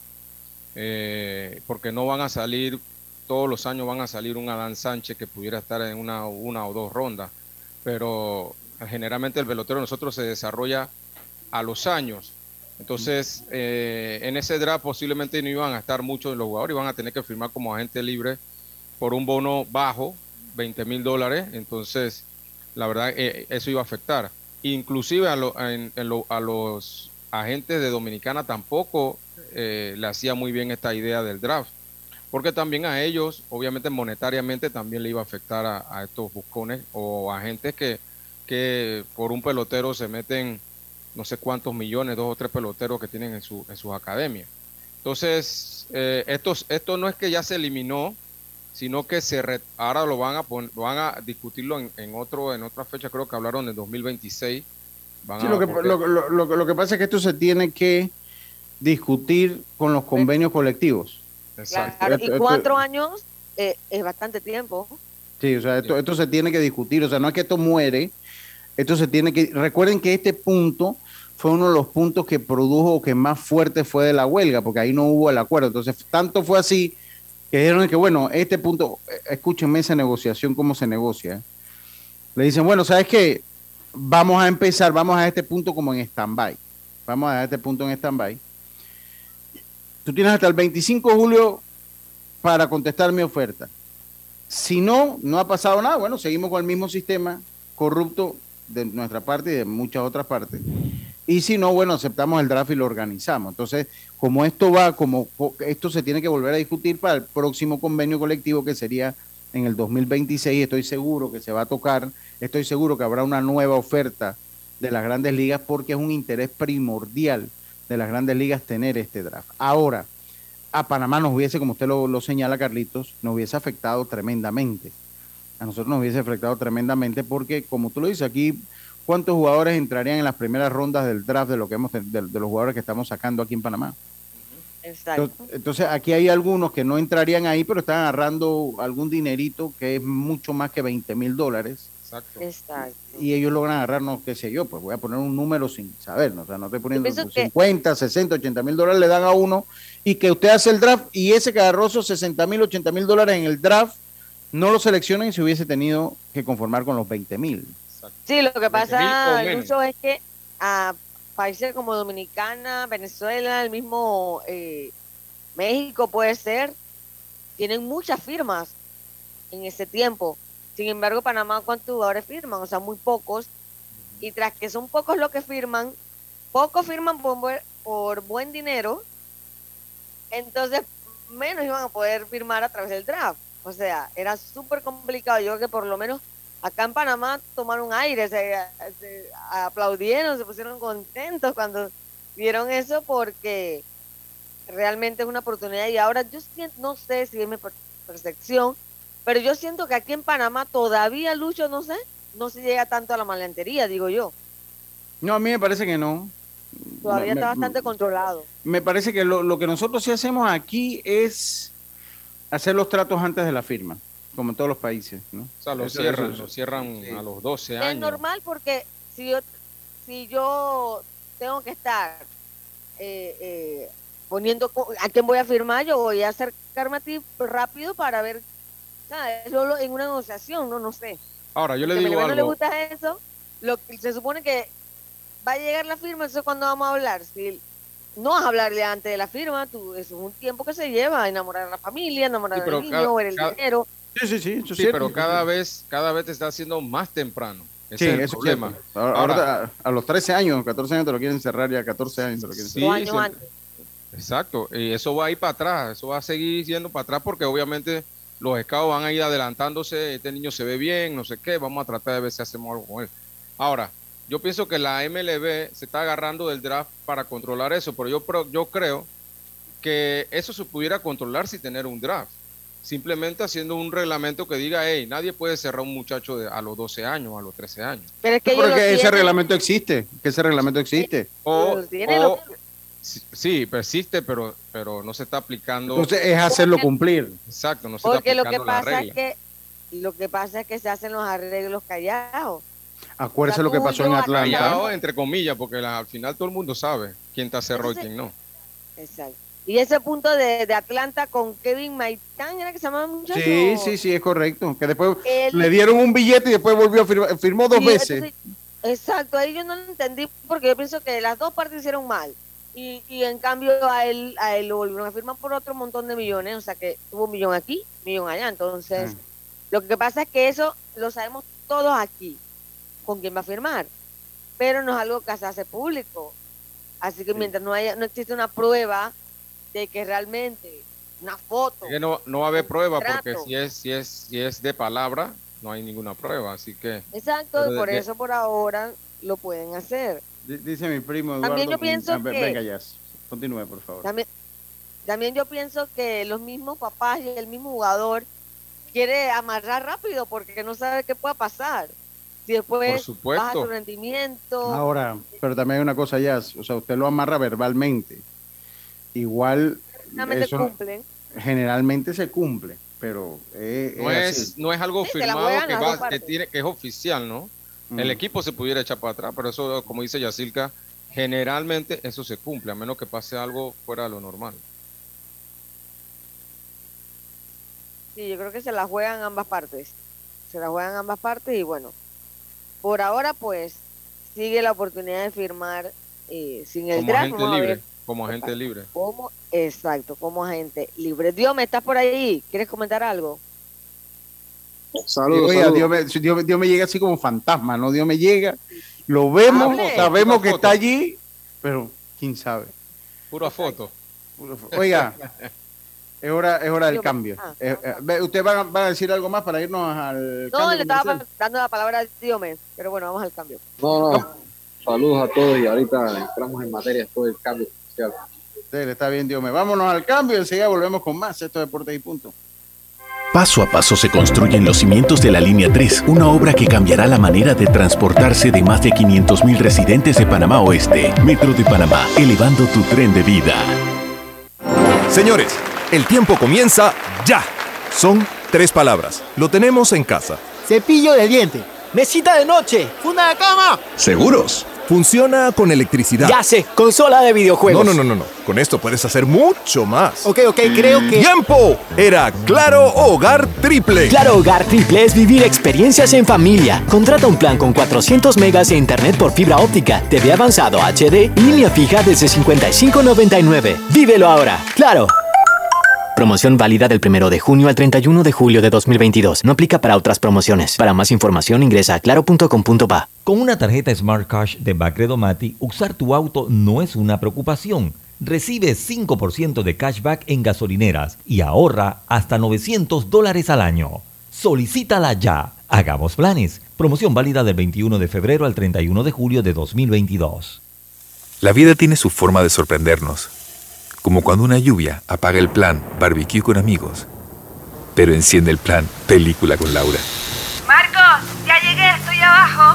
Eh, porque no van a salir, todos los años van a salir un Adán Sánchez que pudiera estar en una, una o dos rondas. Pero generalmente el pelotero de nosotros se desarrolla a los años. Entonces, eh, en ese draft posiblemente no iban a estar muchos de los jugadores, iban a tener que firmar como agente libre por un bono bajo, veinte mil dólares. Entonces, la verdad, eh, eso iba a afectar. Inclusive a, lo, en, en lo, a los agentes de Dominicana tampoco eh, le hacía muy bien esta idea del draft, porque también a ellos, obviamente monetariamente, también le iba a afectar a, a estos buscones o agentes que, que por un pelotero se meten no sé cuántos millones, dos o tres peloteros que tienen en, su, en sus academias. Entonces, eh, estos, esto no es que ya se eliminó, sino que se re, ahora lo van a poner, lo van a discutirlo en, en otro en otra fecha, creo que hablaron de dos mil veintiséis. Van sí, a, lo, que, porque... lo, lo, lo, lo que pasa es que esto se tiene que discutir con los convenios colectivos. Exacto. Claro, y Esto- cuatro esto- años eh, es bastante tiempo. Sí, o sea, esto, esto se tiene que discutir, o sea, no es que esto muere, esto se tiene que... Recuerden que este punto fue uno de los puntos que produjo o que más fuerte fue de la huelga, porque ahí no hubo el acuerdo. Entonces, tanto fue así que dijeron que, bueno, este punto, eh, escúchenme esa negociación, cómo se negocia. ¿eh? Le dicen, bueno, ¿sabes qué? Vamos a empezar, vamos a este punto como en stand-by. Vamos a este punto en stand-by. Tú tienes hasta el veinticinco de julio para contestar mi oferta. Si no, no ha pasado nada, bueno, seguimos con el mismo sistema corrupto de nuestra parte y de muchas otras partes. Y si no, bueno, aceptamos el draft y lo organizamos. Entonces, como esto va, como esto se tiene que volver a discutir para el próximo convenio colectivo que sería en el dos mil veintiséis, estoy seguro que se va a tocar, estoy seguro que habrá una nueva oferta de las grandes ligas porque es un interés primordial de las grandes ligas tener este draft. Ahora, a Panamá nos hubiese, como usted lo, lo señala, Carlitos, nos hubiese afectado tremendamente. A nosotros nos hubiese afectado tremendamente porque, como tú lo dices, aquí, ¿cuántos jugadores entrarían en las primeras rondas del draft de lo que hemos de, de los jugadores que estamos sacando aquí en Panamá? Exacto. Entonces, entonces, aquí hay algunos que no entrarían ahí, pero están agarrando algún dinerito que es mucho más que veinte mil dólares. Exacto. Exacto. Y ellos logran agarrarnos, qué sé yo, pues voy a poner un número sin saber, ¿no? O sea, no estoy poniendo pienso que- cincuenta, sesenta, ochenta mil dólares le dan a uno y que usted hace el draft y ese que agarró esos sesenta mil, ochenta mil dólares en el draft, no lo seleccionen y se hubiese tenido que conformar con los veinte mil. Exacto. Sí, lo que veinte mil pasa, o menos. Lucho, es que a países como Dominicana, Venezuela, el mismo eh, México puede ser, tienen muchas firmas en ese tiempo. Sin embargo, Panamá, ¿cuántos jugadores firman? O sea, muy pocos. Y tras que son pocos los que firman, pocos firman por, buen- por buen dinero, entonces menos iban a poder firmar a través del draft. O sea, era súper complicado. Yo creo que por lo menos acá en Panamá tomaron aire, se, se aplaudieron, se pusieron contentos cuando vieron eso porque realmente es una oportunidad. Y ahora yo siento, no sé si es mi per- percepción, pero yo siento que aquí en Panamá todavía, Lucho, no sé, no se llega tanto a la malentería, digo yo. No, a mí me parece que no. Todavía Me- está me- bastante controlado. Me parece que lo, lo que nosotros sí hacemos aquí es hacer los tratos antes de la firma, como en todos los países, ¿no? O sea, lo Eso- cierran, eso- lo cierran sí. a los doce Es años. normal porque si yo, si yo tengo que estar eh, eh, poniendo co- a quién voy a firmar, yo voy a acercarme a ti rápido para ver, ¿sabes? Solo en una negociación, no, no sé. Ahora, yo le Porque a digo Melibán no le algo. gusta eso, lo, se supone que va a llegar la firma, eso es cuando vamos a hablar. Si no vas a hablarle antes de la firma, tú, eso es un tiempo que se lleva a enamorar a la familia, enamorar Sí, pero al niño, cada- ver el cada- dinero. Sí, sí, sí, eso es Sí, cierto. pero cada vez, cada vez te está haciendo más temprano. Ese Sí, es el eso problema. es cierto. Ahora, Ahora, ahora, a los trece años, catorce años te lo quieren cerrar, ya catorce años te lo quieren Sí, cerrar. Dos años sí. antes. Exacto, y eso va a ir para atrás, eso va a seguir yendo para atrás porque obviamente los scouts van a ir adelantándose, este niño se ve bien, no sé qué, vamos a tratar de ver si hacemos algo con él. Ahora, yo pienso que la M L B se está agarrando del draft para controlar eso, pero yo, pro- yo creo que eso se pudiera controlar sin tener un draft, simplemente haciendo un reglamento que diga, hey, nadie puede cerrar a un muchacho de, a los doce años, a los trece años. Pero es que ellos lo Porque ese tienen. reglamento existe, que ese reglamento existe. O, Lo tienen, o- lo- sí, sí, persiste, pero, pero no se está aplicando. Entonces es hacerlo cumplir. Exacto, no se está Porque lo que aplicando la pasa es regla. que lo que pasa es que se hacen los arreglos callados. Acuérdese lo que pasó en Tuyo, Atlanta. Callado, entre comillas, porque la- al final todo el mundo sabe quién está cerrado y Entonces, quién no. Exacto. Y ese punto de, de Atlanta con Kevin Maitán, ¿era que se llamaba el muchacho? Sí, sí, sí, es correcto. Que después Él- le dieron un billete y después volvió a firmar, firmó dos Sí, veces. entonces, exacto, ahí yo no lo entendí porque yo pienso que las dos partes hicieron mal. Y, y en cambio a él, a él lo volvieron a firmar por otro montón de millones, o sea que tuvo un millón aquí, millón allá. Entonces, Ah. lo que pasa es que eso lo sabemos todos aquí, con quién va a firmar, pero no es algo que se hace público. Así que Sí. mientras no haya, no existe una prueba de que realmente, una foto, Es que no, no va a haber prueba porque Trato. si es, si es, si es de palabra, no hay ninguna prueba. Así que exacto, pero y de- por de- eso por ahora lo pueden hacer. D- Dice mi primo Eduardo. También yo con- pienso ah, ve- que- Venga, ya. Continúe, por favor. También, también yo pienso que los mismos papás y el mismo jugador quiere amarrar rápido porque no sabe qué pueda pasar. Si por después baja supuesto. su rendimiento. Ahora, pero también hay una cosa ya, o sea, usted lo amarra verbalmente. Igual, Realmente eso cumplen. generalmente se cumple, pero eh, No es es, así. no es algo Sí, se la firmado juegan que, las va, dos que, partes. tiene, que es oficial, ¿no? El Mm. equipo se pudiera echar para atrás, pero eso, como dice Yacilca, generalmente eso se cumple, a menos que pase algo fuera de lo normal. Sí, yo creo que se la juegan ambas partes. Se la juegan ambas partes y bueno, por ahora pues sigue la oportunidad de firmar eh, sin el Como draft. agente Vamos a ver libre, como agente libre. cómo, exacto, como agente libre. Dios, ¿me estás por ahí? ¿Quieres comentar algo? Saludos, Oiga, saludos. Dios me, Dios, me- Dios me llega así como fantasma, ¿no? Dios me llega, lo vemos, Hable. sabemos Una que foto. está allí, pero quién sabe. Pura foto. Oiga, es hora, es hora del Dios, cambio. ah, Eh, ah, eh, ah. ve, ¿Usted va, va a decir algo más para irnos al No, cambio le estaba comercial? dando la palabra a Diome, pero bueno, vamos al cambio. No, no. Saludos a todos y ahorita entramos en materia después del cambio social. Sí, está bien, Dios mío. Vámonos al cambio y enseguida volvemos con más. Esto es Deportes y Punto. Paso a paso se construyen los cimientos de la Línea tres, una obra que cambiará la manera de transportarse de más de quinientos mil residentes de Panamá Oeste. Metro de Panamá, elevando tu tren de vida. Señores, el tiempo comienza ya. Son tres palabras. Lo tenemos en casa. Cepillo de diente, mesita de noche, funda de cama. ¿Seguros? Funciona con electricidad. Ya sé, consola de videojuegos. No, no, no, no, no. Con esto puedes hacer mucho más. Ok, ok, creo que... ¡Tiempo! Era Claro Hogar Triple. Claro Hogar Triple es vivir experiencias en familia. Contrata un plan con cuatrocientos megas de internet por fibra óptica, T V avanzado H D y línea fija desde cincuenta y cinco noventa y nueve. Vívelo ahora. ¡Claro! Promoción válida del primero de junio al treinta y uno de julio de dos mil veintidós. No aplica para otras promociones. Para más información ingresa a claro punto com punto pa. Con una tarjeta Smart Cash de Bacredomati, usar tu auto no es una preocupación. Recibe cinco por ciento de cashback en gasolineras y ahorra hasta novecientos dólares al año. Solicítala ya. Hagamos planes. Promoción válida del veintiuno de febrero al treinta y uno de julio de dos mil veintidós. La vida tiene su forma de sorprendernos. Como cuando una lluvia apaga el plan barbecue con amigos, pero enciende el plan película con Laura. Marcos, ya llegué, estoy abajo.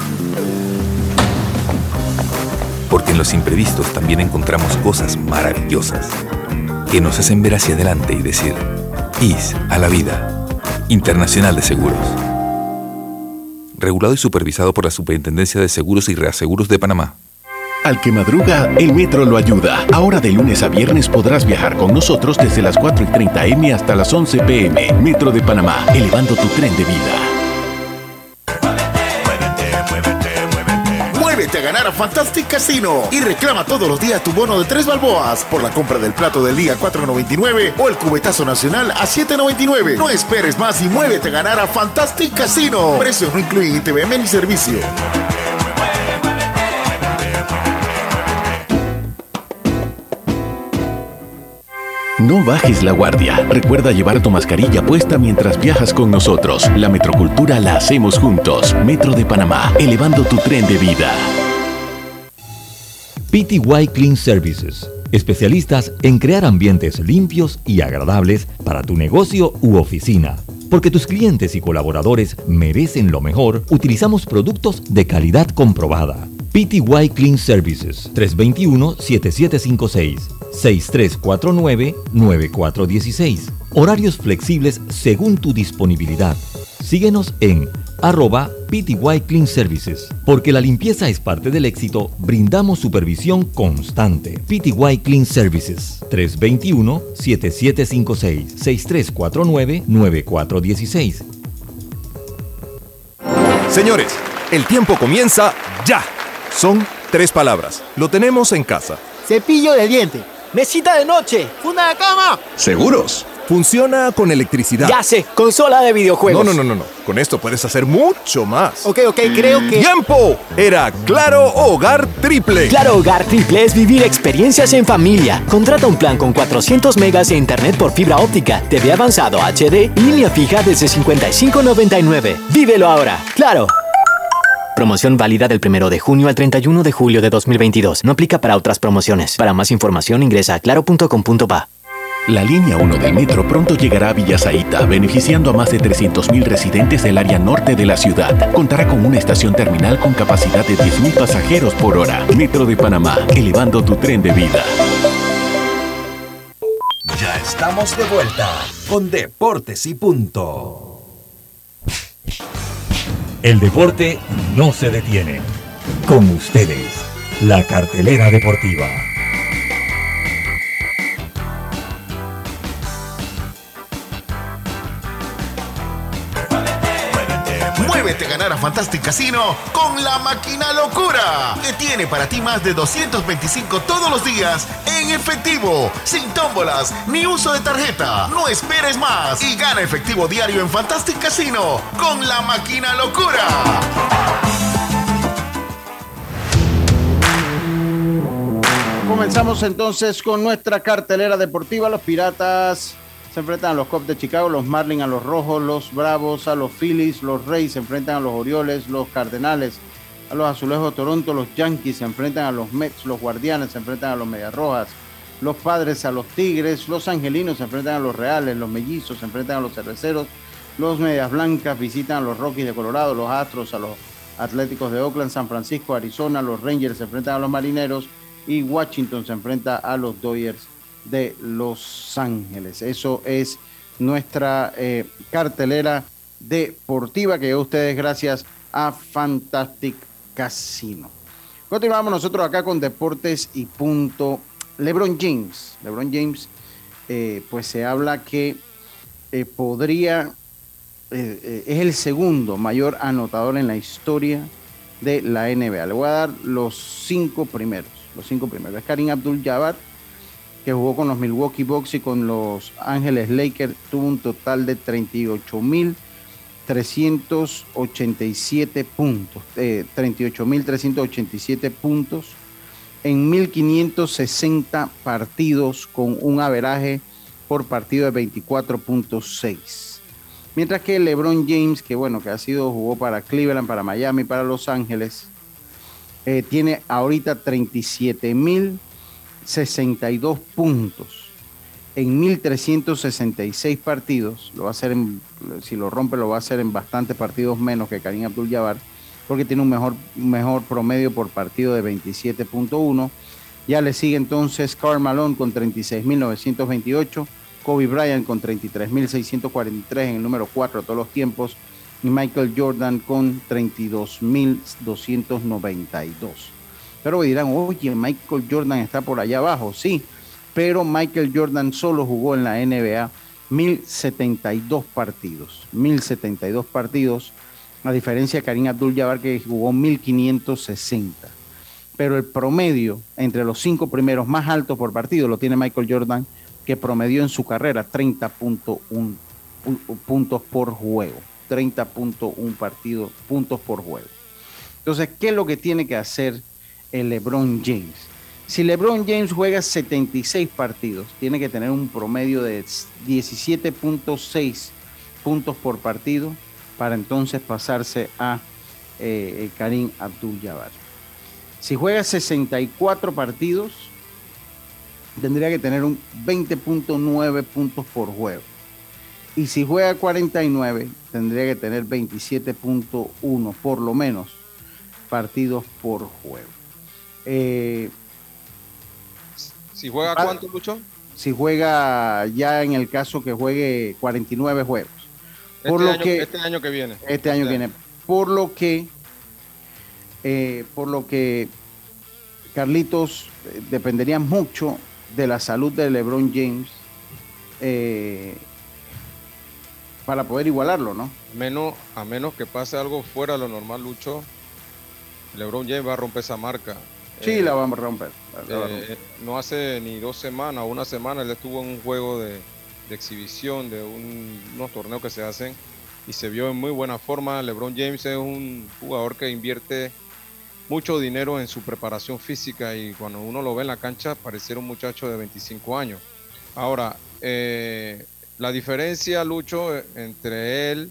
Porque en los imprevistos también encontramos cosas maravillosas que nos hacen ver hacia adelante y decir, I S a la vida. Internacional de Seguros. Regulado y supervisado por la Superintendencia de Seguros y Reaseguros de Panamá. Al que madruga, el metro lo ayuda. Ahora de lunes a viernes podrás viajar con nosotros desde las cuatro y treinta eme hasta las once pe eme. Metro de Panamá, elevando tu tren de vida. Muévete Muévete a ganar a Fantastic Casino y reclama todos los días tu bono de tres balboas por la compra del plato del día a cuatro noventa y nueve o el cubetazo nacional a siete noventa y nueve. No esperes más y muévete a ganar a Fantastic Casino. Precios no incluyen I T V M ni servicio. No bajes la guardia. Recuerda llevar tu mascarilla puesta mientras viajas con nosotros. La metrocultura la hacemos juntos. Metro de Panamá, elevando tu tren de vida. P T Y Clean Services, especialistas en crear ambientes limpios y agradables para tu negocio u oficina. Porque tus clientes y colaboradores merecen lo mejor, utilizamos productos de calidad comprobada. P T Y Clean Services, tres dos uno, siete siete cinco seis, seis tres cuatro nueve, nueve cuatro uno seis. Horarios flexibles según tu disponibilidad. Síguenos en arroba P T Y Clean Services. Porque la limpieza es parte del éxito, brindamos supervisión constante. P T Y Clean Services, tres dos uno, siete siete cinco seis, seis tres cuatro nueve, nueve cuatro uno seis. Señores, el tiempo comienza ya. Son tres palabras. Lo tenemos en casa. Cepillo de diente, mesita de noche, funda de cama. ¿Seguros? Funciona con electricidad. Ya sé, consola de videojuegos. No, no, no, no, no. Con esto puedes hacer mucho más. Ok, ok, creo que... ¡Tiempo! Era Claro Hogar Triple. Claro Hogar Triple es vivir experiencias en familia. Contrata un plan con cuatrocientos megas de internet por fibra óptica, T V avanzado H D y línea fija desde cincuenta y cinco noventa y nueve. Vívelo ahora. ¡Claro! Promoción válida del primero de junio al treinta y uno de julio de dos mil veintidós. No aplica para otras promociones. Para más información ingresa a claro punto com punto pa. La línea uno del metro pronto llegará a Villa Zaita, beneficiando a más de trescientos mil residentes del área norte de la ciudad. Contará con una estación terminal con capacidad de diez mil pasajeros por hora. Metro de Panamá, elevando tu tren de vida. Ya estamos de vuelta con Deportes y Punto. El deporte no se detiene. Con ustedes, la cartelera deportiva. Muévete a ganar a Fantastic Casino con la Máquina Locura, que tiene para ti más de doscientos veinticinco todos los días en efectivo, sin tómbolas ni uso de tarjeta. No esperes más y gana efectivo diario en Fantastic Casino con la Máquina Locura. Comenzamos entonces con nuestra cartelera deportiva. Los Piratas se enfrentan a los Cubs de Chicago, los Marlins a los Rojos, los Bravos a los Phillies, los Rays se enfrentan a los Orioles, los Cardenales a los Azulejos de Toronto, los Yankees se enfrentan a los Mets, los Guardianes se enfrentan a los Medias Rojas, los Padres a los Tigres, los Angelinos se enfrentan a los Reales, los Mellizos se enfrentan a los Cerveceros, los Medias Blancas visitan a los Rockies de Colorado, los Astros a los Atléticos de Oakland, San Francisco, Arizona, los Rangers se enfrentan a los Marineros y Washington se enfrenta a los Dodgers de Los Ángeles. Eso es nuestra eh, cartelera deportiva que llegó a ustedes gracias a Fantastic Casino. Continuamos nosotros acá con Deportes y Punto. LeBron James, LeBron James, eh, pues se habla que eh, podría, eh, eh, es el segundo mayor anotador en la historia de la N B A. Le voy a dar los cinco primeros, los cinco primeros. Es Kareem Abdul-Jabbar, que jugó con los Milwaukee Bucks y con los Ángeles Lakers, tuvo un total de treinta y ocho mil trescientos ochenta y siete puntos, eh, treinta y ocho mil trescientos ochenta y siete puntos en mil quinientos sesenta partidos con un averaje por partido de veinticuatro punto seis. Mientras que LeBron James, que bueno, que ha sido, jugó para Cleveland, para Miami, para Los Ángeles, eh, tiene ahorita treinta y siete mil sesenta y dos puntos en mil trescientos sesenta y seis partidos. Lo va a hacer en, si lo rompe lo va a hacer en bastantes partidos menos que Kareem Abdul-Jabbar, porque tiene un mejor, mejor promedio por partido de veintisiete punto uno. Ya le sigue entonces Karl Malone con treinta y seis mil novecientos veintiocho, Kobe Bryant con treinta y tres mil seiscientos cuarenta y tres en el número cuatro de todos los tiempos, y Michael Jordan con treinta y dos mil doscientos noventa y dos. Pero dirán, oye, Michael Jordan está por allá abajo. Sí, pero Michael Jordan solo jugó en la N B A mil setenta y dos partidos. mil setenta y dos partidos, a diferencia de Kareem Abdul-Jabbar, que jugó mil quinientos sesenta. pero el promedio entre los cinco primeros más altos por partido lo tiene Michael Jordan, que promedió en su carrera treinta punto uno puntos por juego, treinta punto uno partido, puntos por juego. Entonces, ¿qué es lo que tiene que hacer el LeBron James? Si LeBron James juega setenta y seis partidos, tiene que tener un promedio de diecisiete punto seis puntos por partido para entonces pasarse a eh, Kareem Abdul-Jabbar. Si juega sesenta y cuatro partidos, tendría que tener un veinte punto nueve puntos por juego. Y si juega cuarenta y nueve, tendría que tener veintisiete punto uno por lo menos partidos por juego. Eh, ¿Si juega cuánto, Lucho? Si juega ya en el caso que juegue cuarenta y nueve juegos. Por este, lo año, que, este año que viene. Este, este año que viene. Por lo que, eh, por lo que, Carlitos, eh, dependería mucho de la salud de LeBron James eh, para poder igualarlo, ¿no? Menos, a menos que pase algo fuera de lo normal, Lucho, LeBron James va a romper esa marca. Sí, eh, la vamos a romper. La va a romper. Eh, no hace ni dos semanas o una semana él estuvo en un juego de, de exhibición de un, unos torneos que se hacen y se vio en muy buena forma. LeBron James es un jugador que invierte mucho dinero en su preparación física y cuando uno lo ve en la cancha pareciera un muchacho de veinticinco años. Ahora, eh, la diferencia, Lucho, entre él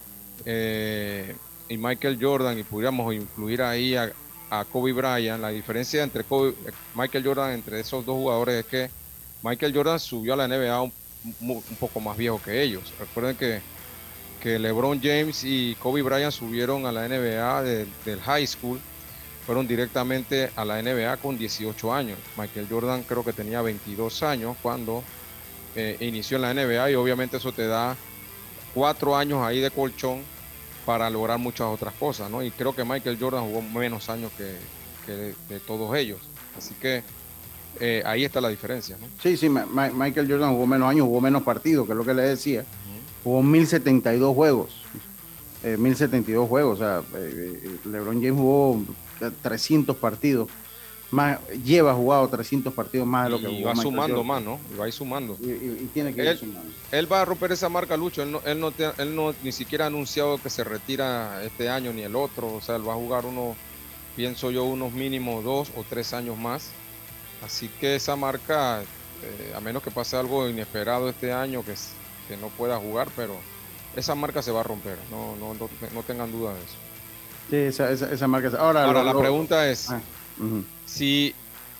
eh, y Michael Jordan, y pudiéramos incluir ahí a, a Kobe Bryant, la diferencia entre Kobe, Michael Jordan entre esos dos jugadores es que Michael Jordan subió a la N B A un, un poco más viejo que ellos. Recuerden que, que LeBron James y Kobe Bryant subieron a la N B A de, del high school, fueron directamente a la N B A con dieciocho años. Michael Jordan creo que tenía veintidós años cuando eh, inició en la N B A y obviamente eso te da cuatro años ahí de colchón para lograr muchas otras cosas, ¿no? Y creo que Michael Jordan jugó menos años que, que de, de todos ellos. Así que eh, ahí está la diferencia, ¿no? Sí, sí, Ma- Ma- Michael Jordan jugó menos años, jugó menos partidos, que es lo que le decía. Uh-huh. Jugó mil setenta y dos juegos. Eh, mil setenta y dos juegos. O sea, eh, eh, LeBron James jugó trescientos partidos. Más, lleva jugado trescientos partidos más de lo que y jugó. va Michael sumando Jordan. más, ¿no? Y va a ir sumando. Y, y, y tiene que él, ir sumando. Él va a romper esa marca, Lucho. Él no, él, no te, él no ni siquiera ha anunciado que se retira este año ni el otro. O sea, él va a jugar uno, pienso yo, unos mínimos dos o tres años más. Así que esa marca, eh, a menos que pase algo inesperado este año, que, que no pueda jugar, pero esa marca se va a romper. No, no, no, no tengan duda de eso. Sí, esa, esa, esa marca. Ahora, Ahora lo, la lo, pregunta es, ah, uh-huh. si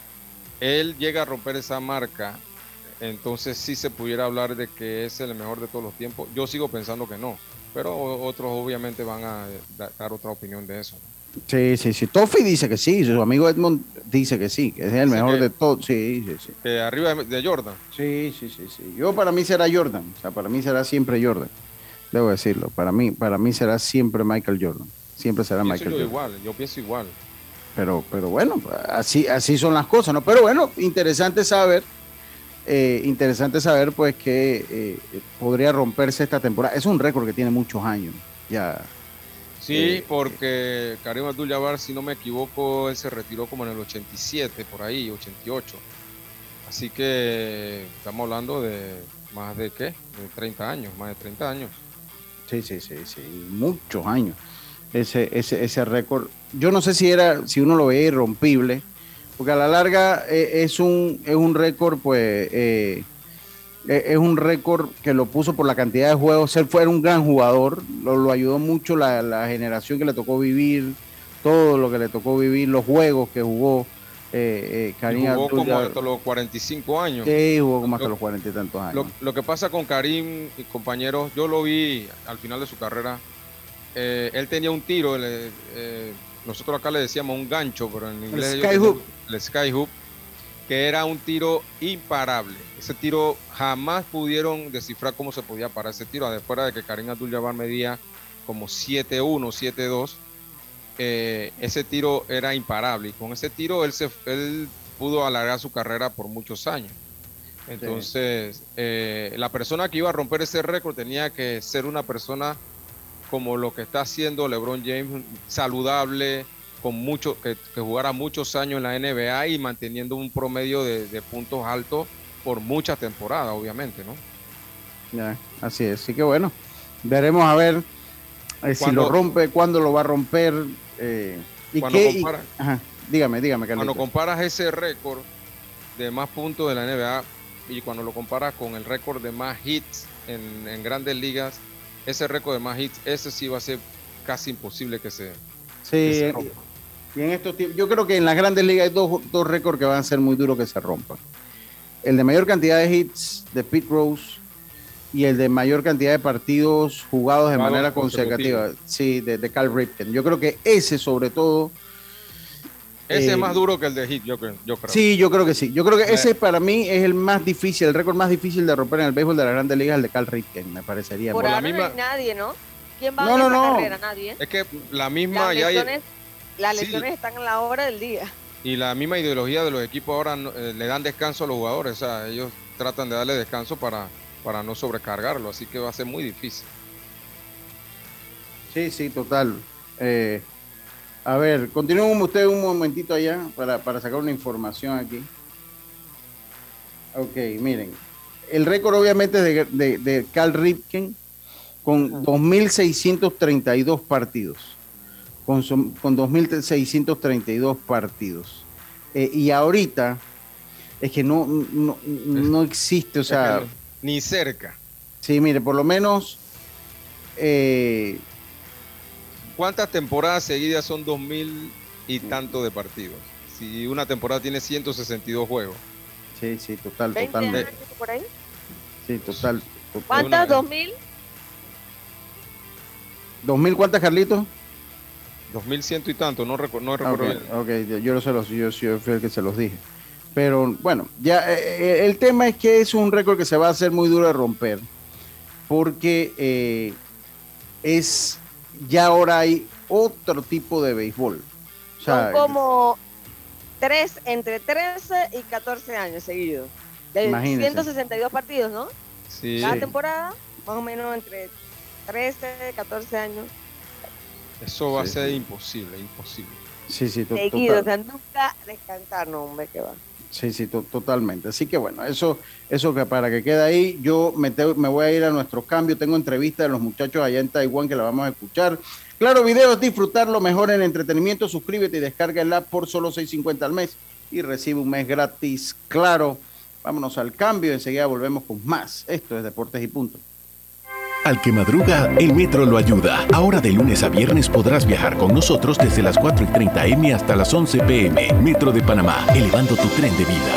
él llega a romper esa marca, entonces sí se pudiera hablar de que es el mejor de todos los tiempos. Yo sigo pensando que no, pero otros obviamente van a dar otra opinión de eso. Sí, sí, sí. Toffee dice que sí, su amigo Edmond dice que sí, que es el sí, mejor que, de todos. Sí, sí, sí. Que arriba de Jordan. Sí, sí, sí, sí. Yo para mí será Jordan, o sea, para mí será siempre Jordan. Debo decirlo, para mí, para mí será siempre Michael Jordan. Siempre será pienso Michael yo Jordan. igual, yo pienso igual. Pero, pero bueno, así, así son las cosas, ¿no? Pero bueno, interesante saber, eh, interesante saber, pues, que eh, podría romperse esta temporada. Es un récord que tiene muchos años, ya. Sí, eh, porque Kareem Abdul-Jabbar, si no me equivoco, él se retiró como en el ochenta y siete, por ahí, ochenta y ocho. Así que estamos hablando de más de, ¿qué? De treinta años, más de treinta años. Sí, sí, sí, sí, muchos años. Ese, ese, ese récord, yo no sé si era, si uno lo veía irrompible, porque a la larga eh, es un, es un récord, pues, eh, es un récord que lo puso por la cantidad de juegos. Él fue un gran jugador, lo, lo ayudó mucho la, la generación que le tocó vivir, todo lo que le tocó vivir, los juegos que jugó. Eh, eh, Kareem jugó Abdul como hasta los cuarenta y cinco años. Sí, jugó como hasta lo, los cuarenta y tantos años. Lo, lo que pasa con Kareem y compañeros, yo lo vi al final de su carrera. Eh, él tenía un tiro, eh, eh, nosotros acá le decíamos un gancho, pero en inglés el sky hook, el sky hook, que era un tiro imparable. Ese tiro jamás pudieron descifrar cómo se podía parar ese tiro, fuera de que Kareem Abdul-Jabbar medía como siete uno, siete dos. Eh, ese tiro era imparable y con ese tiro él, se, él pudo alargar su carrera por muchos años. Entonces, sí. eh, la persona que iba a romper ese récord tenía que ser una persona como lo que está haciendo LeBron James, saludable, con mucho, que, que jugara muchos años en la N B A y manteniendo un promedio de, de puntos altos por muchas temporadas, obviamente, ¿no? Ya, así es. Así que bueno, veremos a ver eh, si lo rompe, cuándo lo va a romper. Eh, y cuando qué, compara, y, ajá, dígame, dígame, Carlito. Cuando comparas ese récord de más puntos de la N B A y cuando lo comparas con el récord de más hits en, en grandes ligas, ese récord de más hits, ese sí va a ser casi imposible que se, sí, que se rompa. Y en estos tiempos, yo creo que en las grandes ligas hay dos, dos récords que van a ser muy duros que se rompan. El de mayor cantidad de hits de Pete Rose y el de mayor cantidad de partidos jugados de Jugados manera consecutiva, sí, de, de Cal Ripken. Yo creo que ese sobre todo... Ese eh, es más duro que el de hit, yo creo. Yo creo. Sí, yo creo que sí. Yo creo que Eh. ese para mí es el más difícil, el récord más difícil de romper en el béisbol de las grandes ligas, el de Cal Ripken, me parecería. Por Por la ahora misma- no hay nadie, ¿no? ¿Quién va No, a no, ganar esa no. carrera? Nadie. Es que la misma... Las ya hay- lesiones, las Sí. lesiones están a la hora del día. Y la misma ideología de los equipos ahora no- eh, le dan descanso a los jugadores, o sea, ellos tratan de darle descanso para, para no sobrecargarlo, así que va a ser muy difícil. Sí, sí, total. Eh, a ver, continúen ustedes un momentito allá para, para sacar una información aquí. Ok, miren. El récord obviamente es de, de, de Cal Ripken con dos mil seiscientos treinta y dos partidos. Con, su- con dos mil seiscientos treinta y dos partidos. Eh, y ahorita es que no, no, no existe, o sea... Es que no- ni cerca. Sí, mire, por lo menos... Eh, ¿Cuántas temporadas seguidas son dos mil y tanto de partidos? Si una temporada tiene ciento sesenta y dos juegos. sí, sí, total, veinte totalmente. años por ahí. Sí, total. total. ¿Cuántas? ¿Dos mil? ¿Dos mil cuántas, Carlitos? Dos mil ciento y tanto, no, recu- no recuerdo bien. Ok, ok, yo, se los, yo, yo fui el que se los dije. Pero bueno, ya eh, el tema es que es un récord que se va a hacer muy duro de romper. Porque eh, es ya ahora hay otro tipo de béisbol. O sea, Son como tres, entre trece y catorce años seguidos. De Imagínese. ciento sesenta y dos partidos, ¿no? Sí. Cada Sí. temporada, más o menos entre trece, catorce años Eso va Sí, a ser sí. imposible, imposible. sí, sí, to- seguidos. O total. sea, nunca descansar, no, hombre, que va. Sí, sí, to- totalmente. Así que bueno, eso, eso que para que quede ahí, yo me, te- me voy a ir a nuestro cambio. Tengo entrevista de los muchachos allá en Taiwán que la vamos a escuchar. Claro, Video es disfrutar lo mejor en entretenimiento. Suscríbete y descarga el app por solo seis cincuenta al mes y recibe un mes gratis. Claro, vámonos al cambio. Enseguida volvemos con más. Esto es Deportes y Punto. Al que madruga, el metro lo ayuda. Ahora de lunes a viernes podrás viajar con nosotros desde las cuatro y treinta eme hasta las once pe eme. Metro de Panamá, elevando tu tren de vida.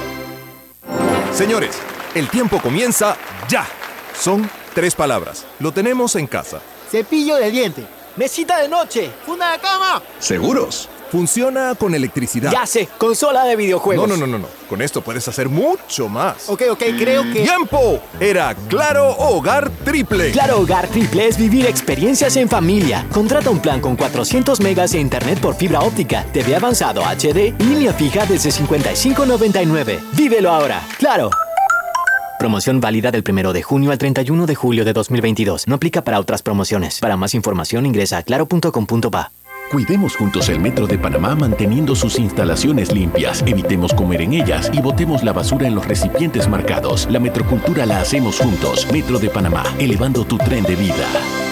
Señores, el tiempo comienza ya. Son tres palabras. Lo tenemos en casa. Cepillo de diente. Mesita de noche. Funda de cama. ¿Seguros? Funciona con electricidad. Ya sé, consola de videojuegos. No, no, no, no, no. Con esto puedes hacer mucho más. Ok, ok, creo que... ¡Tiempo! Era Claro Hogar Triple. Claro Hogar Triple es vivir experiencias en familia. Contrata un plan con cuatrocientos megas de internet por fibra óptica, T V avanzado H D y línea fija desde cincuenta y cinco noventa y nueve. Vívelo ahora. ¡Claro! Promoción válida del primero de junio al treinta y uno de julio de dos mil veintidós. No aplica para otras promociones. Para más información ingresa a claro punto com punto pa. Cuidemos juntos el Metro de Panamá manteniendo sus instalaciones limpias. Evitemos comer en ellas y botemos la basura en los recipientes marcados. La metrocultura la hacemos juntos. Metro de Panamá, elevando tu tren de vida.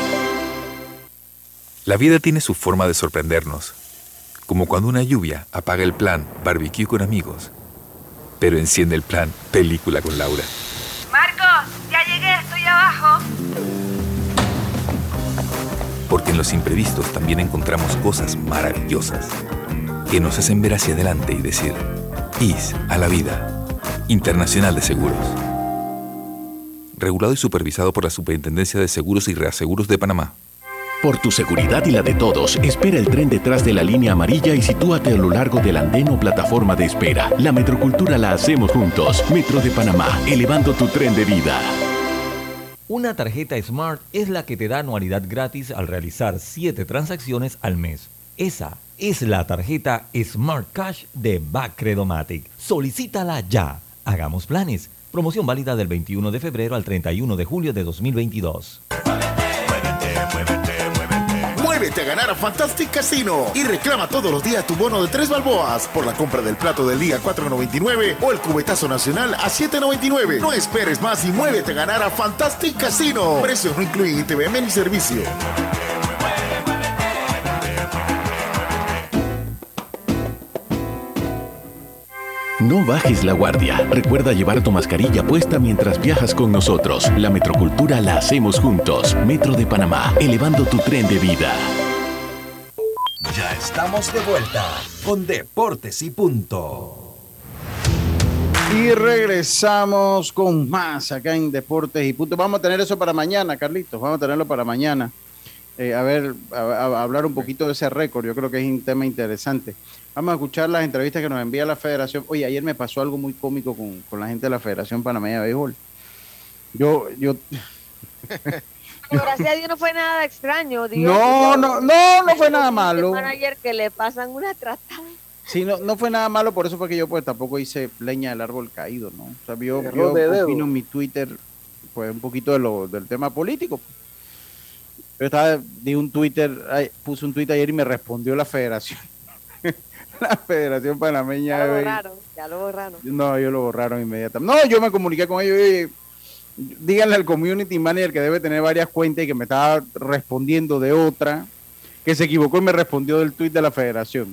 La vida tiene su forma de sorprendernos. Como cuando una lluvia apaga el plan barbecue con amigos, pero enciende el plan película con Laura. Marcos, ya llegué, estoy abajo. Porque en los imprevistos también encontramos cosas maravillosas que nos hacen ver hacia adelante y decir, I S a la vida. Internacional de Seguros. Regulado y supervisado por la Superintendencia de Seguros y Reaseguros de Panamá. Por tu seguridad y la de todos, espera el tren detrás de la línea amarilla y sitúate a lo largo del andén o plataforma de espera. La metrocultura la hacemos juntos. Metro de Panamá, elevando tu tren de vida. Una tarjeta Smart es la que te da anualidad gratis al realizar siete transacciones al mes. Esa es la tarjeta Smart Cash de Bacredomatic. Solicítala ya. Hagamos planes. Promoción válida del veintiuno de febrero al treinta y uno de julio de dos mil veintidós. muévete a ganar a Fantastic Casino y reclama todos los días tu bono de tres balboas por la compra del plato del día cuatro noventa y nueve o el cubetazo nacional a siete noventa y nueve. No esperes más y muévete a ganar a Fantastic Casino. Precios no incluyen I T V M ni servicio. No bajes la guardia. Recuerda llevar tu mascarilla puesta mientras viajas con nosotros. La metrocultura la hacemos juntos. Metro de Panamá, elevando tu tren de vida. Ya estamos de vuelta con Deportes y Punto. Y regresamos con más acá en Deportes y Punto. Vamos a tener eso para mañana, Carlitos. Vamos a tenerlo para mañana. Eh, a ver, a, a hablar un poquito de ese récord. Yo creo que es un tema interesante. Vamos a escuchar las entrevistas que nos envía la Federación. Oye, ayer me pasó algo muy cómico con, con la gente de la Federación Panameña de Béisbol. Yo, yo... Pero gracias a Dios no fue nada extraño. Digo, no, yo, no, no, no fue nada malo. Ayer que le pasan una tratada. Sí, no, no fue nada malo, por eso fue que yo pues tampoco hice leña del árbol caído, ¿no? O sea, yo, Error yo de dedo. opino en mi Twitter, pues un poquito de lo, del tema político. Yo estaba, di un Twitter, ay, puse un Twitter ayer y me respondió la Federación. La Federación Panameña. Ya lo de borraron, ya lo borraron. No, ellos lo borraron inmediatamente. No, yo me comuniqué con ellos. Oye, díganle al community manager que debe tener varias cuentas y que me estaba respondiendo de otra, que se equivocó y me respondió del tweet de la Federación.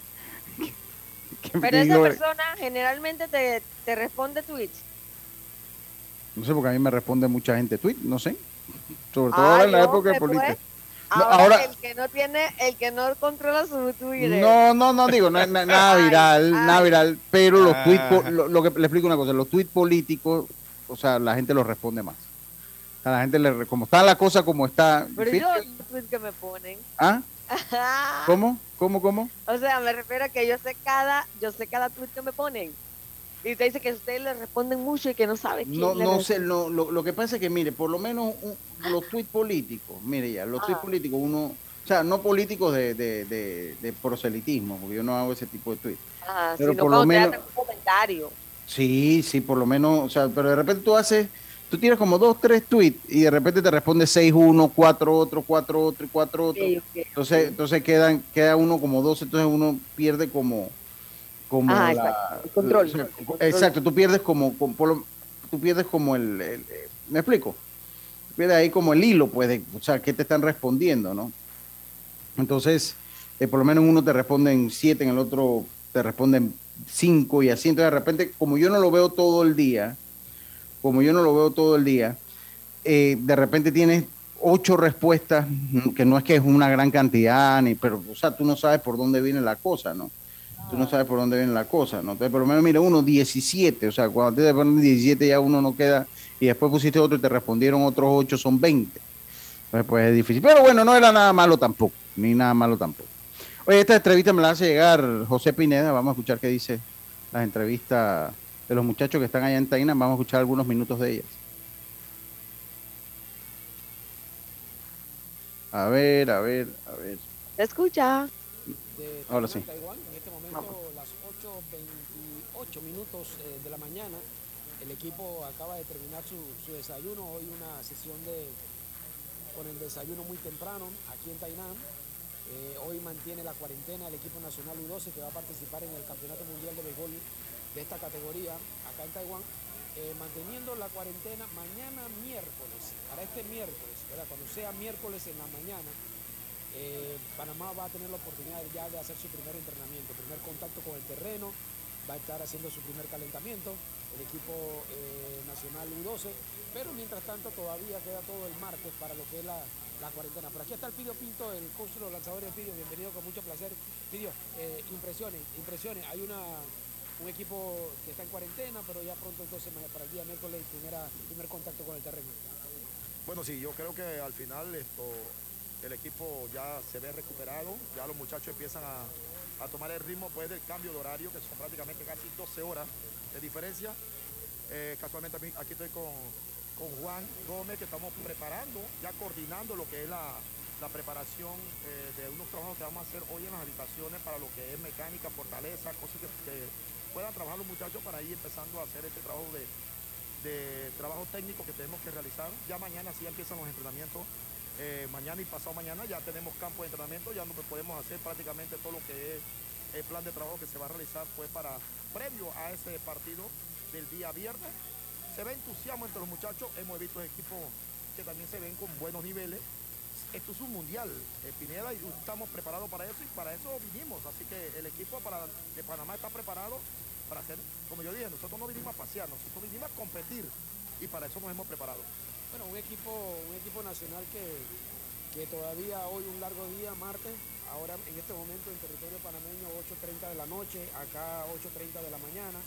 Pero esa persona generalmente te, te responde tweets. No sé, porque a mí me responde mucha gente tweet, no sé. Sobre todo Ay, ahora en la época hombre, de política. pues. No, Ahora, ahora- el que no tiene, el que no controla su Twitter. No, no, no digo, no, na- nada viral, nada viral, pero los Ah. tweets, po- lo, lo que le explico una cosa, los tweets políticos, o sea, la gente los responde más. O sea, la gente le, re- como está la cosa como está. Pero fíjate- yo los tweets que me ponen. ¿Ah? ¿Cómo? ¿Cómo, cómo? O sea, me refiero a que yo sé cada, yo sé cada tweet que me ponen. Y usted dice que ustedes le responden mucho y que no sabe quién No, le no responde. sé, no, lo, lo que pasa es que, mire, por lo menos un- los tweets políticos, mire ya, los tweets Ah. políticos, uno, o sea, no políticos de, de, de, de proselitismo, porque yo no hago ese tipo de tweets. Ah, pero sino por lo cuando te menos- hacen un comentario. Sí, sí, por lo menos, o sea, pero de repente tú haces, tú tienes como dos, tres tweets y de repente te responde seis uno, cuatro otro, cuatro otro y cuatro otro. Ok, ok, Entonces, entonces quedan, queda uno como doce, entonces uno pierde como, como Ah, la, exacto, el control. o sea, El control. exacto, tú pierdes como, como por lo- tú pierdes como el, el- eh, ¿me explico? Tú pierdes ahí como el hilo, pues, de, o sea, ¿qué te están respondiendo, no? Entonces, eh, por lo menos en uno te responden siete, en el otro te responden cinco y así. Entonces, de repente, como yo no lo veo todo el día, como yo no lo veo todo el día, eh, de repente tienes ocho respuestas, mm, que no es que es una gran cantidad, ni, pero, o sea, tú no sabes por dónde viene la cosa, ¿no? Tú no sabes por dónde viene la cosa, ¿no? Entonces, por lo menos, mira, uno, diecisiete, o sea, cuando te ponen diecisiete ya uno no queda, y después pusiste otro y te respondieron otros ocho, son veinte. Entonces, pues es difícil. Pero bueno, no era nada malo tampoco, ni nada malo tampoco. Oye, esta entrevista me la hace llegar José Pineda, vamos a escuchar qué dice las entrevistas de los muchachos que están allá en Taina, vamos a escuchar algunos minutos de ellas. A ver, a ver, a ver. ¿Te escucha? Ahora sí. Taiwán, en este momento las ocho veintiocho minutos eh, de la mañana. El equipo acaba de terminar su, su desayuno. Hoy una sesión de con el desayuno muy temprano aquí en Tainan. Eh, hoy mantiene la cuarentena el equipo nacional U doce que va a participar en el Campeonato Mundial de Béisbol de esta categoría acá en Taiwán. Eh, manteniendo la cuarentena mañana miércoles, para este miércoles, ¿verdad? Cuando sea miércoles en la mañana, eh, Panamá va a tener la oportunidad ya de hacer su primer entrenamiento, primer contacto con el terreno, va a estar haciendo su primer calentamiento, el equipo eh, nacional U doce, pero mientras tanto todavía queda todo el martes para lo que es la, la cuarentena. Por aquí está el Pidio Pinto, el coach de los lanzadores de Pidio, bienvenido con mucho placer. Pidio, eh, impresiones, impresiones, hay una... un equipo que está en cuarentena, pero ya pronto entonces para el día miércoles primera, primer contacto con el terreno. Bueno, sí, yo creo que al final esto, el equipo ya se ve recuperado, ya los muchachos empiezan a, a tomar el ritmo pues, del cambio de horario, que son prácticamente casi doce horas de diferencia. Eh, casualmente aquí estoy con, con Juan Gómez, que estamos preparando, ya coordinando lo que es la, la preparación eh, de unos trabajos que vamos a hacer hoy en las habitaciones para lo que es mecánica, fortaleza, cosas que, que puedan trabajar los muchachos para ir empezando a hacer este trabajo de, de trabajo técnico que tenemos que realizar. Ya mañana sí empiezan los entrenamientos eh, mañana y pasado mañana ya tenemos campo de entrenamiento, ya no podemos hacer prácticamente todo lo que es el plan de trabajo que se va a realizar pues para previo a ese partido del día viernes. Se ve entusiasmo entre los muchachos, hemos visto equipos que también se ven con buenos niveles. Esto es un mundial, eh, Pineda, y estamos preparados para eso y para eso vinimos. Así que el equipo para, de Panamá está preparado para hacer, como yo dije, nosotros no vinimos a pasear, nosotros vinimos a competir y para eso nos hemos preparado. Bueno, un equipo, un equipo nacional que, que todavía hoy un largo día, martes, ahora en este momento en territorio panameño ocho treinta de la noche, acá ocho treinta de la mañana,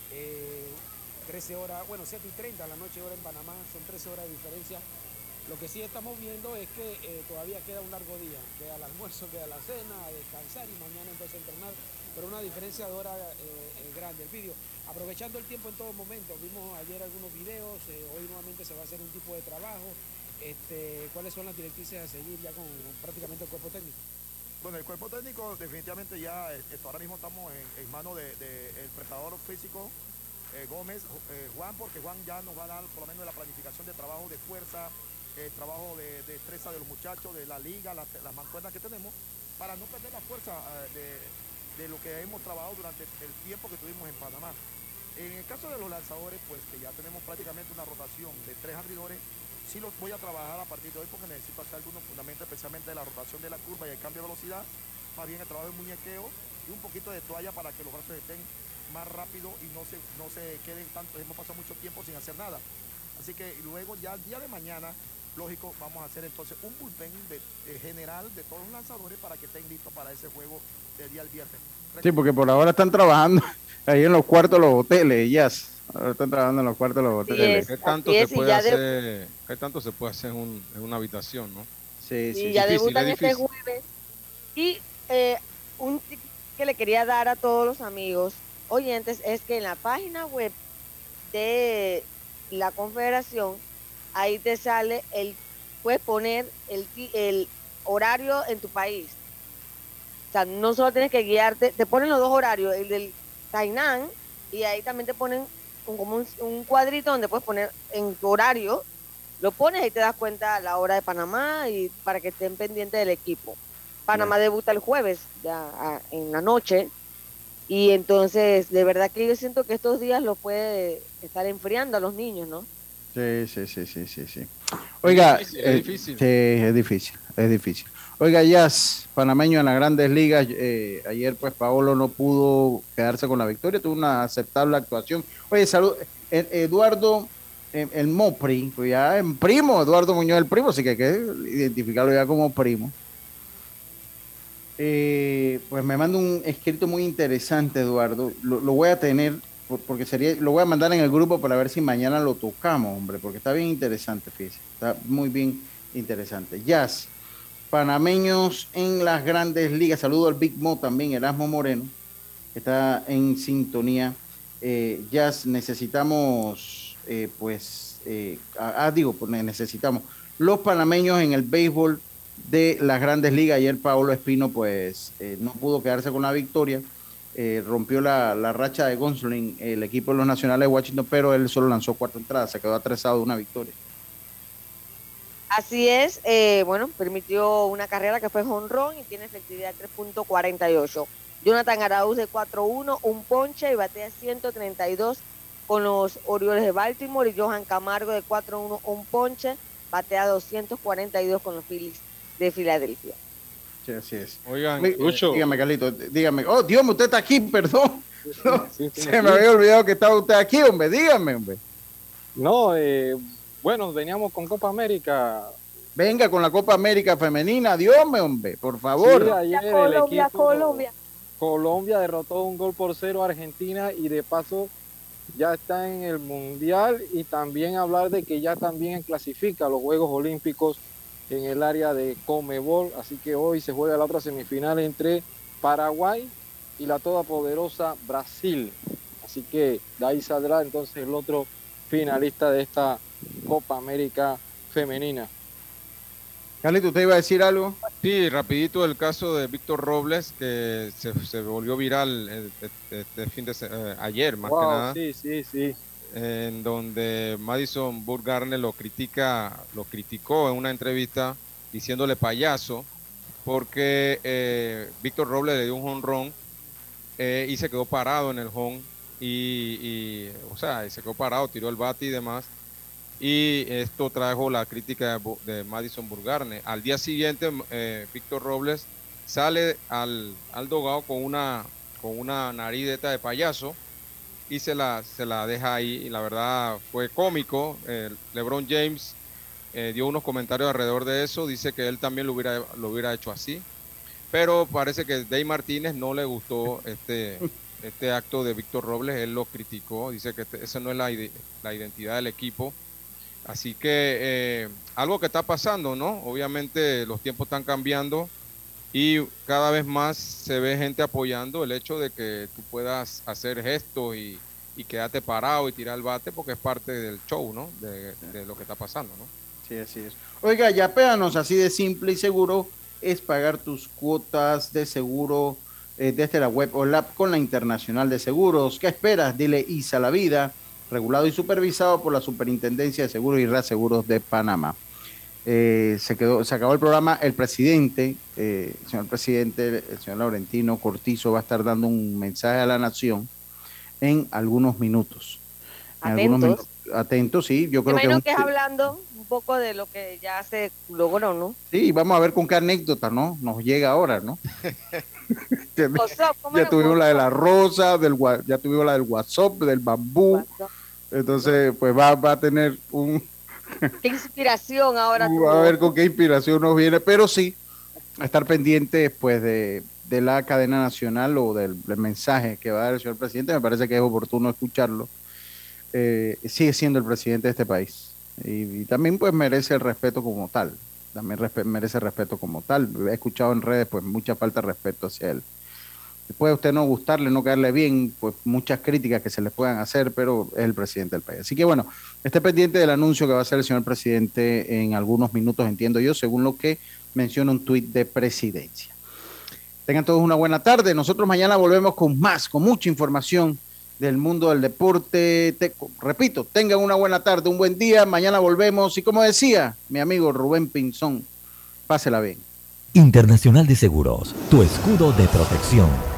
eh, trece horas, bueno, siete y treinta de la noche hora en Panamá, son trece horas de diferencia. Lo que sí estamos viendo es que eh, todavía queda un largo día, queda el almuerzo, queda la cena, a descansar y mañana entonces entrenar, pero una diferencia de hora eh, eh, grande. El vídeo, aprovechando el tiempo en todo momento, vimos ayer algunos videos, eh, hoy nuevamente se va a hacer un tipo de trabajo. Este, ¿Cuáles son las directrices a seguir ya con prácticamente el cuerpo técnico? Bueno, el cuerpo técnico definitivamente ya, esto, ahora mismo estamos en, en manos del de, de preparador físico eh, Gómez, eh, Juan, porque Juan ya nos va a dar por lo menos la planificación de trabajo de fuerza, el eh, trabajo de, de destreza de los muchachos, de la liga, las, las mancuernas que tenemos, para no perder la fuerza eh, de, de lo que hemos trabajado durante el tiempo que tuvimos en Panamá. En el caso de los lanzadores, pues que ya tenemos prácticamente una rotación de tres abridores, sí los voy a trabajar a partir de hoy porque necesito hacer algunos fundamentos, especialmente de la rotación de la curva y el cambio de velocidad, más bien el trabajo de muñequeo y un poquito de toalla para que los brazos estén más rápido y no se, no se queden tanto, hemos pasado mucho tiempo sin hacer nada. Así que luego ya el día de mañana, lógico, vamos a hacer entonces un bullpen de, de general de todos los lanzadores para que estén listos para ese juego del día del viernes. Sí, porque por ahora están trabajando ahí en los cuartos de los hoteles, Jazz. Ahora están trabajando en los cuartos de los hoteles. ¿Qué tanto, se puede hacer, ¿Qué tanto se puede hacer en, un, en una habitación, no? Sí, sí. Y ya difícil, debutan es este jueves. Y eh, un tip que le quería dar a todos los amigos oyentes es que en la página web de la Confederación, ahí te sale el, puedes poner el, el horario en tu país. O sea, no solo tienes que guiarte, te ponen los dos horarios, el del Tainan, y ahí también te ponen un, como un, un cuadrito donde puedes poner en tu horario, lo pones y te das cuenta la hora de Panamá y para que estén pendientes del equipo. Panamá yeah. debuta el jueves, ya a, en la noche, y entonces de verdad que yo siento que estos días los puede estar enfriando a los niños, ¿no? Sí, sí, sí, sí, sí, sí. Oiga, es difícil, eh, es difícil. Sí, es difícil, es difícil. Oiga, Jazz, panameño en las Grandes Ligas, eh, ayer pues Paolo no pudo quedarse con la victoria, tuvo una aceptable actuación. Oye, salud, eh, Eduardo, eh, el Mopri, pues ya en primo, Eduardo Muñoz el primo, así que hay que identificarlo ya como primo. Eh, pues me manda un escrito muy interesante, Eduardo, lo, lo voy a tener, porque sería, lo voy a mandar en el grupo para ver si mañana lo tocamos, hombre, porque está bien interesante, fíjese, está muy bien interesante. Jazz, panameños en las Grandes Ligas, saludo al Big Mo también, Erasmo Moreno, que está en sintonía. Eh, Jazz, necesitamos, eh, pues, eh, ah, digo, pues necesitamos los panameños en el béisbol de las Grandes Ligas. Ayer Paolo Espino, pues, eh, no pudo quedarse con la victoria. Eh, rompió la, la racha de Gonsolin, el equipo de los Nacionales de Washington, pero él solo lanzó cuatro entradas, se quedó atrasado de una victoria. Así es, eh, bueno, permitió una carrera que fue jonrón y tiene efectividad tres punto cuarenta y ocho. Jonathan Arauz de cuatro uno, un ponche y batea ciento treinta y dos con los Orioles de Baltimore, y Johan Camargo de cuatro uno, un ponche, batea doscientos cuarenta y dos con los Phillies de Filadelfia. Sí, así es. Oigan, Me, Lucho. Dígame, Carlito, dígame. Oh, Dios mío, usted está aquí, perdón. No, Sí, sí, se sí. me había olvidado que estaba usted aquí, hombre. Dígame, hombre. No, eh, bueno, veníamos con Copa América. Venga con la Copa América Femenina, Dios mío, hombre, por favor. Sí, ayer el Colombia, equipo, Colombia. Colombia derrotó un gol por cero a Argentina y de paso ya está en el Mundial, y también hablar de que ya también clasifica a los Juegos Olímpicos en el área de Conmebol, así que hoy se juega la otra semifinal entre Paraguay y la todopoderosa Brasil, así que de ahí saldrá entonces el otro finalista de esta Copa América Femenina. Carlito, ¿usted iba a decir algo? Sí, rapidito el caso de Víctor Robles, que se, se volvió viral este, este fin de eh, ayer, más Wow, que nada. Sí, sí, sí. En donde Madison Bumgarner lo critica, lo criticó en una entrevista diciéndole payaso, porque eh, Víctor Robles le dio un jonrón eh, y se quedó parado en el home, y, y, o sea, se quedó parado, tiró el bate y demás, y esto trajo la crítica de, de Madison Bumgarner. Al día siguiente, eh, Víctor Robles sale al, al dogado con una, con una narideta de payaso, y se la, se la deja ahí, y la verdad fue cómico. eh, LeBron James eh, dio unos comentarios alrededor de eso, dice que él también lo hubiera, lo hubiera hecho así, pero parece que Dave Martínez no le gustó este, este acto de Víctor Robles, él lo criticó, dice que este, esa no es la, la identidad del equipo, así que eh, algo que está pasando, ¿no? Obviamente los tiempos están cambiando, y cada vez más se ve gente apoyando el hecho de que tú puedas hacer gestos y, y quedarte parado y tirar el bate, porque es parte del show, ¿no? De, de lo que está pasando, ¿no? Sí, así es. Oiga, yapéanos, así de simple y seguro es pagar tus cuotas de seguro eh, desde la web o la app con la Internacional de Seguros. ¿Qué esperas? Dile I S A la vida, regulado y supervisado por la Superintendencia de Seguros y Reaseguros de Panamá. Eh, se quedó, se acabó el programa. El presidente, eh, el señor presidente, el señor Laurentino Cortizo va a estar dando un mensaje a la nación en algunos minutos. En Atentos. algunos minutos. Atentos, sí. Yo creo Me imagino que, que un, es hablando un poco de lo que ya se logró, ¿no? sí, vamos a ver con qué anécdota, ¿no? Nos llega ahora, ¿no? ya WhatsApp, ya tuvimos la de la rosa, del, ya tuvimos la del WhatsApp, del bambú. WhatsApp. Entonces, pues va, va a tener un... Qué inspiración ahora. A ver con qué inspiración nos viene, pero sí, a estar pendiente pues de, de la cadena nacional o del, del mensaje que va a dar el señor presidente. Me parece que es oportuno escucharlo. Eh, sigue siendo el presidente de este país y, y también pues merece el respeto como tal. También respe merece respeto como tal. He escuchado en redes pues mucha falta de respeto hacia él. Puede a usted no gustarle, no caerle bien, pues muchas críticas que se les puedan hacer, pero es el presidente del país. Así que bueno, esté pendiente del anuncio que va a hacer el señor presidente en algunos minutos, entiendo yo, según lo que menciona un tuit de Presidencia. Tengan todos una buena tarde. Nosotros mañana volvemos con más, con mucha información del mundo del deporte. Te, repito, tengan una buena tarde, un buen día. Mañana volvemos y como decía mi amigo Rubén Pinzón, pásela bien. Internacional de Seguros, tu escudo de protección.